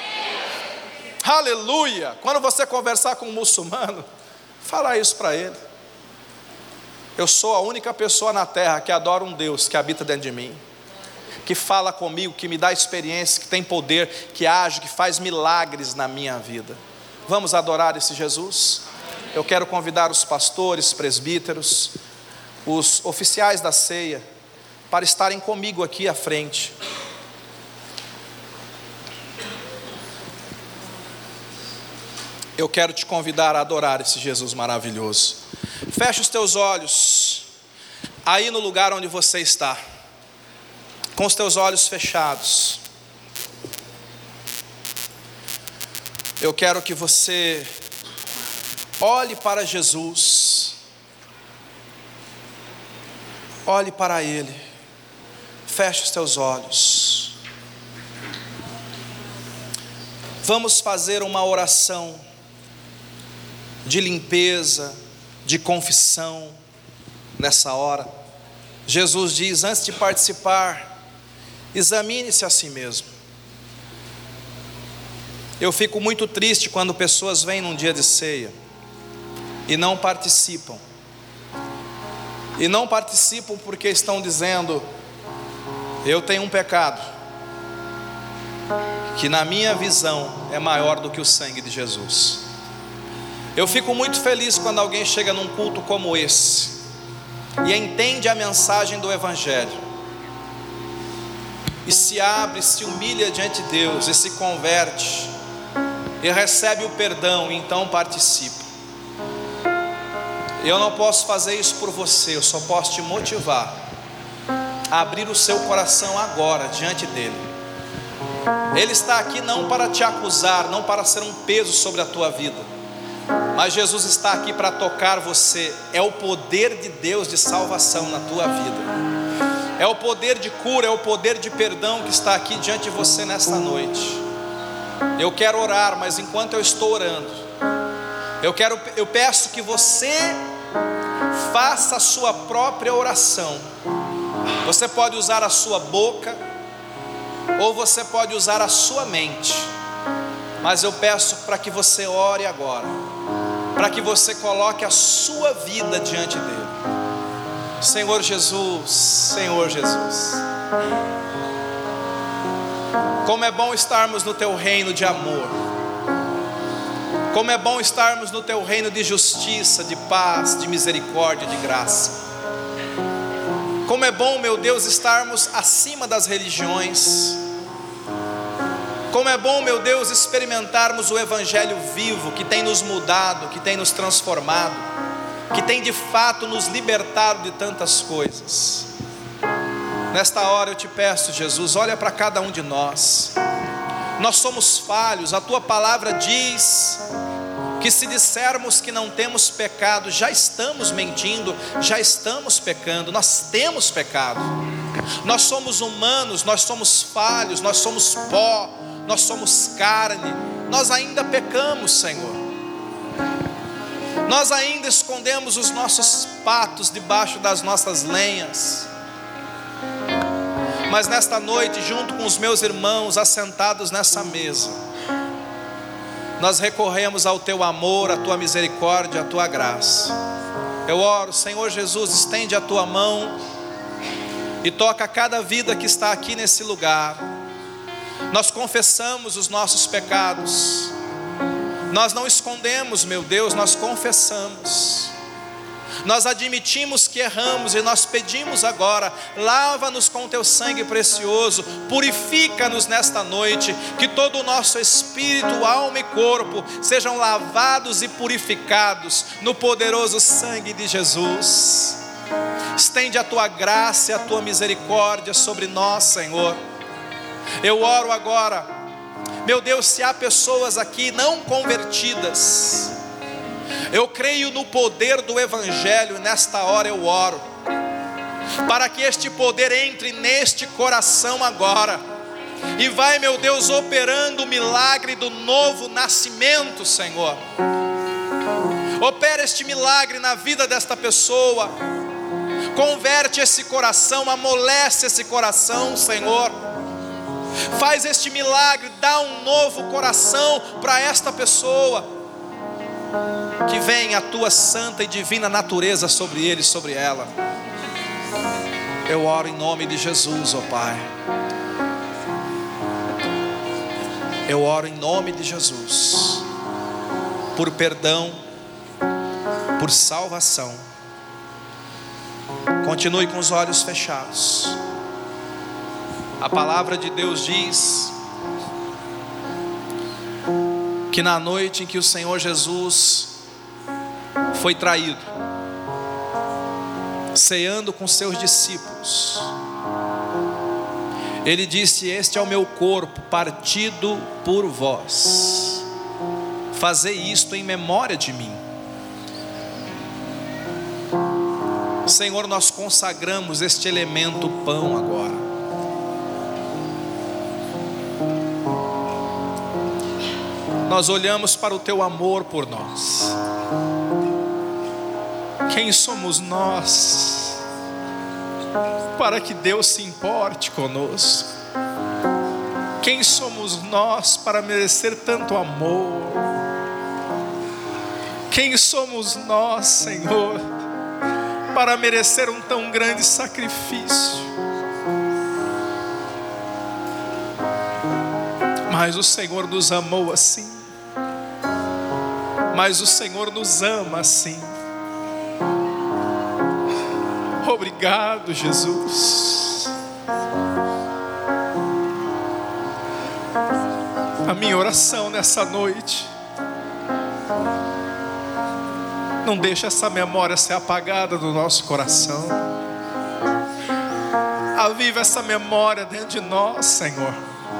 Aleluia. Quando você conversar com um muçulmano, fala isso para ele: eu sou a única pessoa na terra que adora um Deus que habita dentro de mim, que fala comigo, que me dá experiência, que tem poder, que age, que faz milagres na minha vida. Vamos adorar esse Jesus? Eu quero convidar os pastores, presbíteros, os oficiais da ceia, para estarem comigo aqui à frente. Eu quero te convidar a adorar esse Jesus maravilhoso. Feche os teus olhos, aí no lugar onde você está, com os teus olhos fechados. Eu quero que você olhe para Jesus, olhe para Ele, feche os teus olhos. Vamos fazer uma oração de limpeza, de confissão nessa hora. Jesus diz, antes de participar, examine-se a si mesmo. Eu fico muito triste quando pessoas vêm num dia de ceia e não participam. E não participam porque estão dizendo: eu tenho um pecado que na minha visão é maior do que o sangue de Jesus. Eu fico muito feliz quando alguém chega num culto como esse e entende a mensagem do Evangelho, e se abre, se humilha diante de Deus, e se converte, e recebe o perdão, e então participa. Eu não posso fazer isso por você, eu só posso te motivar a abrir o seu coração agora diante dele. Ele está aqui não para te acusar, não para ser um peso sobre a tua vida, mas Jesus está aqui para tocar você. É o poder de Deus de salvação na tua vida, é o poder de cura, é o poder de perdão que está aqui diante de você nesta noite. Eu quero orar, mas enquanto eu estou orando, eu peço que você faça a sua própria oração. Você pode usar a sua boca, ou você pode usar a sua mente, mas eu peço para que você ore agora, para que você coloque a sua vida diante dele. Senhor Jesus, Senhor Jesus, como é bom estarmos no teu reino de amor, como é bom estarmos no teu reino de justiça, de paz, de misericórdia, de graça. Como é bom, meu Deus, estarmos acima das religiões. Como é bom, meu Deus, experimentarmos o Evangelho vivo, que tem nos mudado, que tem nos transformado, que tem de fato nos libertado de tantas coisas. Nesta hora eu te peço, Jesus, olha para cada um de nós. Nós somos falhos, a tua palavra diz que se dissermos que não temos pecado, já estamos mentindo, já estamos pecando. Nós temos pecado, nós somos humanos, nós somos falhos, nós somos pó, nós somos carne, nós ainda pecamos, Senhor. Nós ainda escondemos os nossos patos debaixo das nossas lenhas. Mas nesta noite, junto com os meus irmãos assentados nessa mesa, nós recorremos ao teu amor, à tua misericórdia, à tua graça. Eu oro, Senhor Jesus, estende a tua mão e toca cada vida que está aqui nesse lugar. Nós confessamos os nossos pecados, nós não escondemos, meu Deus, nós confessamos. Nós admitimos que erramos e nós pedimos agora: lava-nos com teu sangue precioso, purifica-nos nesta noite, que todo o nosso espírito, alma e corpo sejam lavados e purificados no poderoso sangue de Jesus. Estende a tua graça e a tua misericórdia sobre nós, Senhor. Eu oro agora, meu Deus, se há pessoas aqui não convertidas, eu creio no poder do Evangelho, e nesta hora eu oro, para que este poder entre neste coração agora, e vai, meu Deus, operando o milagre do novo nascimento, Senhor. Opera este milagre na vida desta pessoa, converte esse coração, amolece esse coração, Senhor. Faz este milagre, dá um novo coração para esta pessoa. Que venha a tua santa e divina natureza sobre ele e sobre ela. Eu oro em nome de Jesus, ó Pai. Eu oro em nome de Jesus, por perdão, por salvação. Continue com os olhos fechados. A palavra de Deus diz que na noite em que o Senhor Jesus foi traído, ceando com seus discípulos, Ele disse: este é o meu corpo partido por vós, fazei isto em memória de mim. Senhor, nós consagramos este elemento pão agora. Nós olhamos para o teu amor por nós. Quem somos nós para que Deus se importe conosco? Quem somos nós para merecer tanto amor? Quem somos nós, Senhor, para merecer um tão grande sacrifício? Mas o Senhor nos amou assim. Mas o Senhor nos ama assim. Obrigado, Jesus. A minha oração nessa noite: não deixa essa memória ser apagada do nosso coração. Aviva essa memória dentro de nós, Senhor.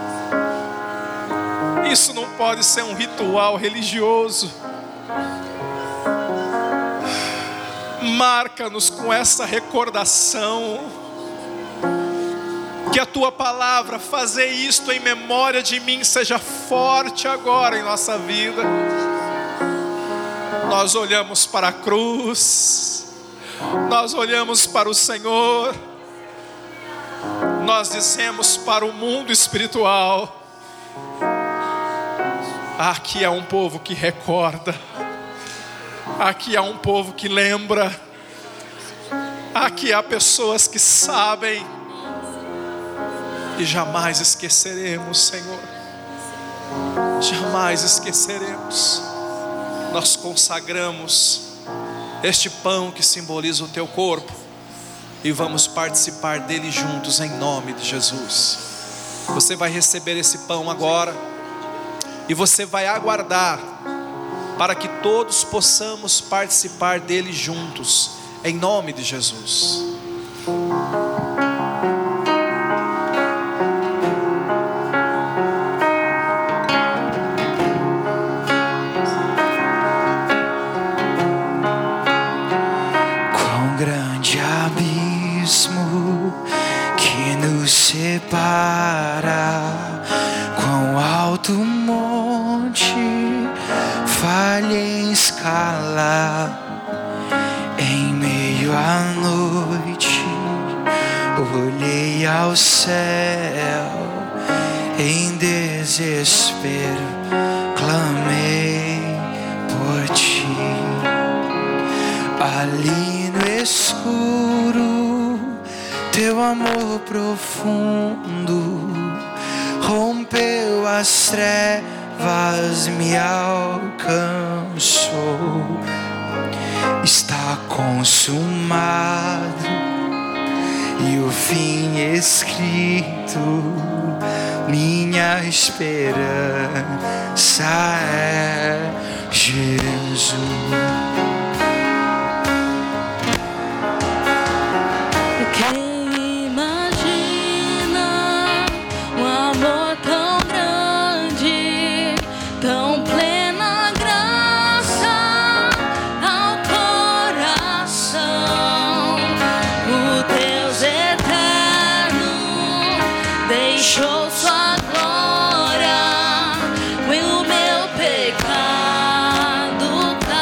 Isso não pode ser um ritual religioso. Marca-nos com essa recordação, que a tua palavra, fazer isto em memória de mim, seja forte agora em nossa vida. Nós olhamos para a cruz, nós olhamos para o Senhor, nós dizemos para o mundo espiritual: aqui há um povo que recorda, aqui há um povo que lembra, aqui há pessoas que sabem, e jamais esqueceremos, Senhor, jamais esqueceremos. Nós consagramos este pão que simboliza o teu corpo e vamos participar dele juntos em nome de Jesus. Você vai receber esse pão agora e você vai aguardar para que todos possamos participar dele juntos, em nome de Jesus. Quão grande abismo que nos separa, quão alto monte falha em escalar. Em meio à noite olhei ao céu, em desespero clamei por ti. Ali no escuro teu amor profundo rompeu as trevas, me alcançou. está consumado e o fim escrito. Minha esperança é Jesus. Quem imagina um amor tão grande, tão plena graça ao coração? O Deus eterno deixou sua glória, o meu pecado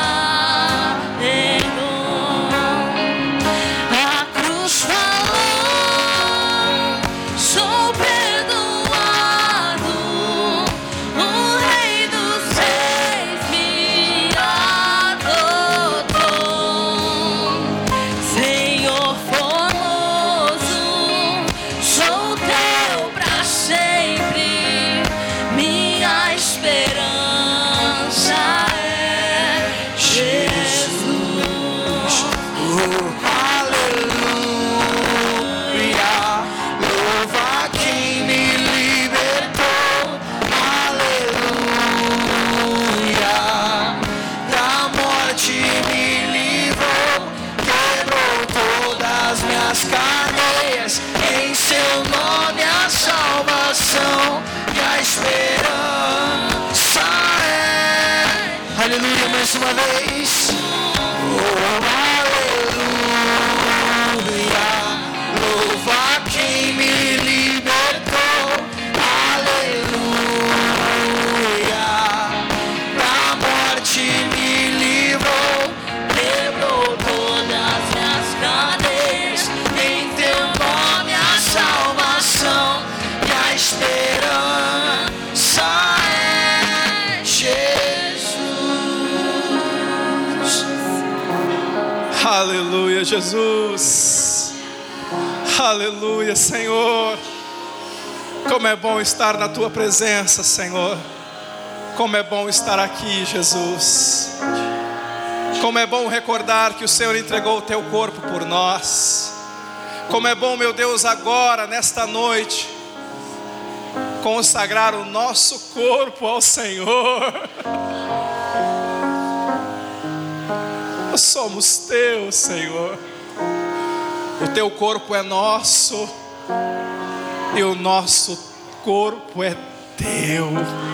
carregou. A cruz falou, sou perdoado, o Rei dos Reis me adotou. Senhor formoso, sou teu pra sempre, minha esperança é Jesus. Aleluia, louva quem me libertou. Aleluia, da morte me livrou, quebrou todas minhas cadeias. Em seu nome a salvação e a esperança é. Aleluia, mais uma vez. Aleluia, louva quem me libertou. Aleluia, da morte me livrou, quebrou todas minhas cadeias. Em teu nome a salvação e a esperança é Jesus. Aleluia, Jesus. Aleluia, Senhor. Como é bom estar na tua presença, Senhor. Como é bom estar aqui, Jesus. Como é bom recordar que o Senhor entregou o teu corpo por nós. Como é bom, meu Deus, agora, nesta noite, consagrar o nosso corpo ao Senhor. Nós somos teus, Senhor. O teu corpo é nosso e o nosso corpo é teu.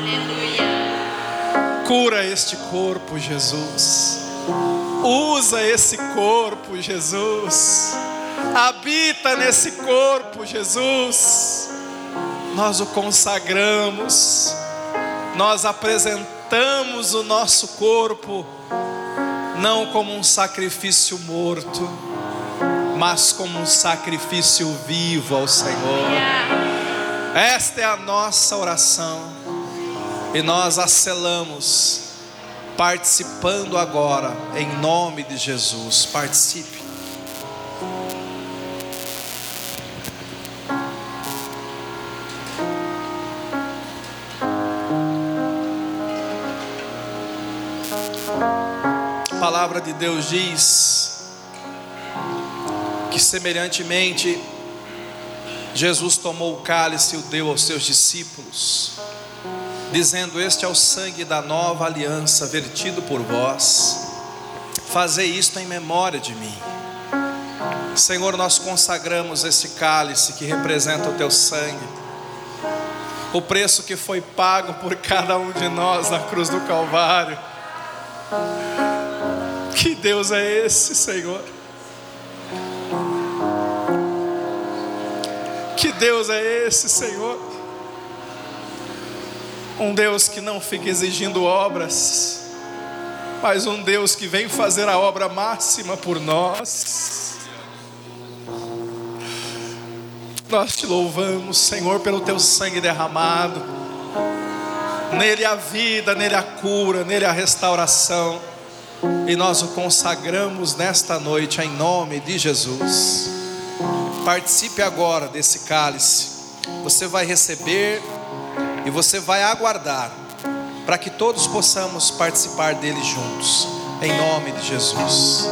Cura este corpo, Jesus. Usa esse corpo, Jesus. Habita nesse corpo, Jesus. Nós o consagramos. Nós apresentamos o nosso corpo não como um sacrifício morto, mas como um sacrifício vivo ao Senhor. Esta é a nossa oração e nós a selamos participando agora em nome de Jesus. Participe. A palavra de Deus diz que semelhantemente Jesus tomou o cálice e o deu aos seus discípulos, dizendo: este é o sangue da nova aliança vertido por vós, fazei isto em memória de mim. Senhor, nós consagramos esse cálice que representa o teu sangue, o preço que foi pago por cada um de nós na cruz do Calvário. Que Deus é esse, Senhor? Que Deus é esse, Senhor? Um Deus que não fica exigindo obras, mas um Deus que vem fazer a obra máxima por nós. Nós te louvamos, Senhor, pelo teu sangue derramado. Nele a vida, nele a cura, nele a restauração. E nós o consagramos nesta noite em nome de Jesus. Participe agora desse cálice. Você vai receber e você vai aguardar para que todos possamos participar dele juntos. em nome de Jesus.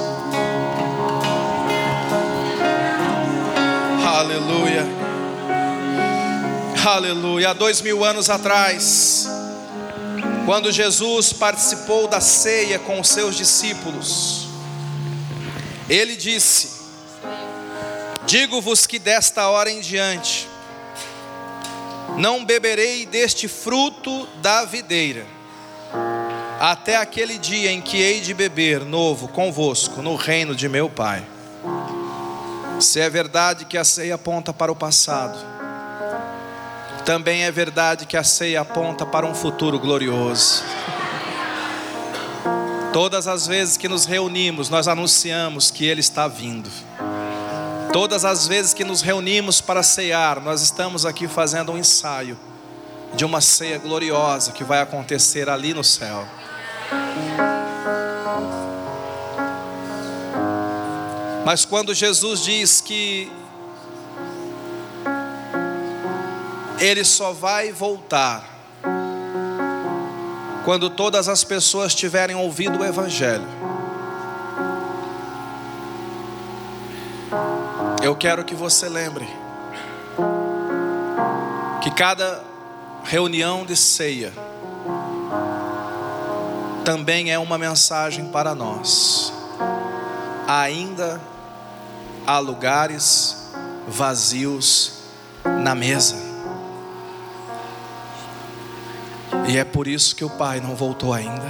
Aleluia, aleluia. Há 2000 anos atrás, quando Jesus participou da ceia com os seus discípulos, Ele disse: digo-vos que desta hora em diante não beberei deste fruto da videira, até aquele dia em que hei de beber novo convosco no reino de meu Pai. Se é verdade que a ceia aponta para o passado, também é verdade que a ceia aponta para um futuro glorioso. Todas as vezes que nos reunimos, nós anunciamos que Ele está vindo. Todas as vezes que nos reunimos para ceiar, nós estamos aqui fazendo um ensaio de uma ceia gloriosa que vai acontecer ali no céu. Mas quando Jesus diz que Ele só vai voltar quando todas as pessoas tiverem ouvido o Evangelho, eu quero que você lembre que cada reunião de ceia também é uma mensagem para nós. Ainda há lugares vazios na mesa, e é por isso que o Pai não voltou ainda.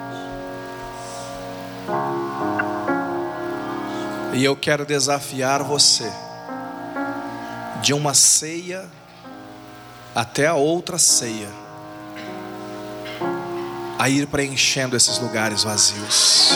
E eu quero desafiar você, de uma ceia até a outra ceia, a ir preenchendo esses lugares vazios.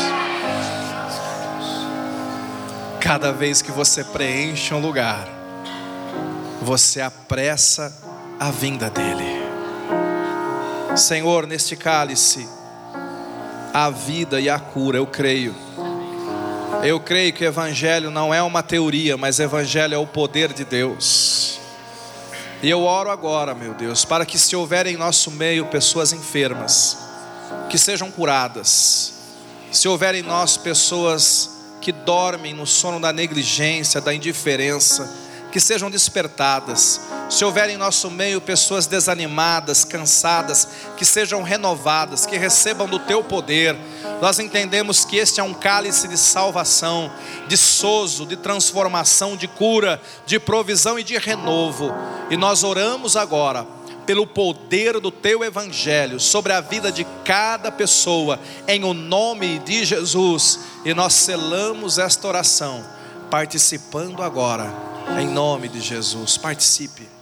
Cada vez que você preenche um lugar, você apressa a vinda dele. Senhor, neste cálice há vida e a cura, eu creio. Eu creio que o Evangelho não é uma teoria, mas o Evangelho é o poder de Deus. E eu oro agora, meu Deus, para que, se houver em nosso meio pessoas enfermas, que sejam curadas. Se houver em nós pessoas que dormem no sono da negligência, da indiferença, que sejam despertadas. Se houver em nosso meio pessoas desanimadas, cansadas, que sejam renovadas, que recebam do teu poder. Nós entendemos que este é um cálice de salvação, de sozo, de transformação, de cura, de provisão e de renovo. E nós oramos agora pelo poder do teu Evangelho sobre a vida de cada pessoa, em o nome de Jesus. E nós selamos esta oração participando agora, em nome de Jesus. Participe.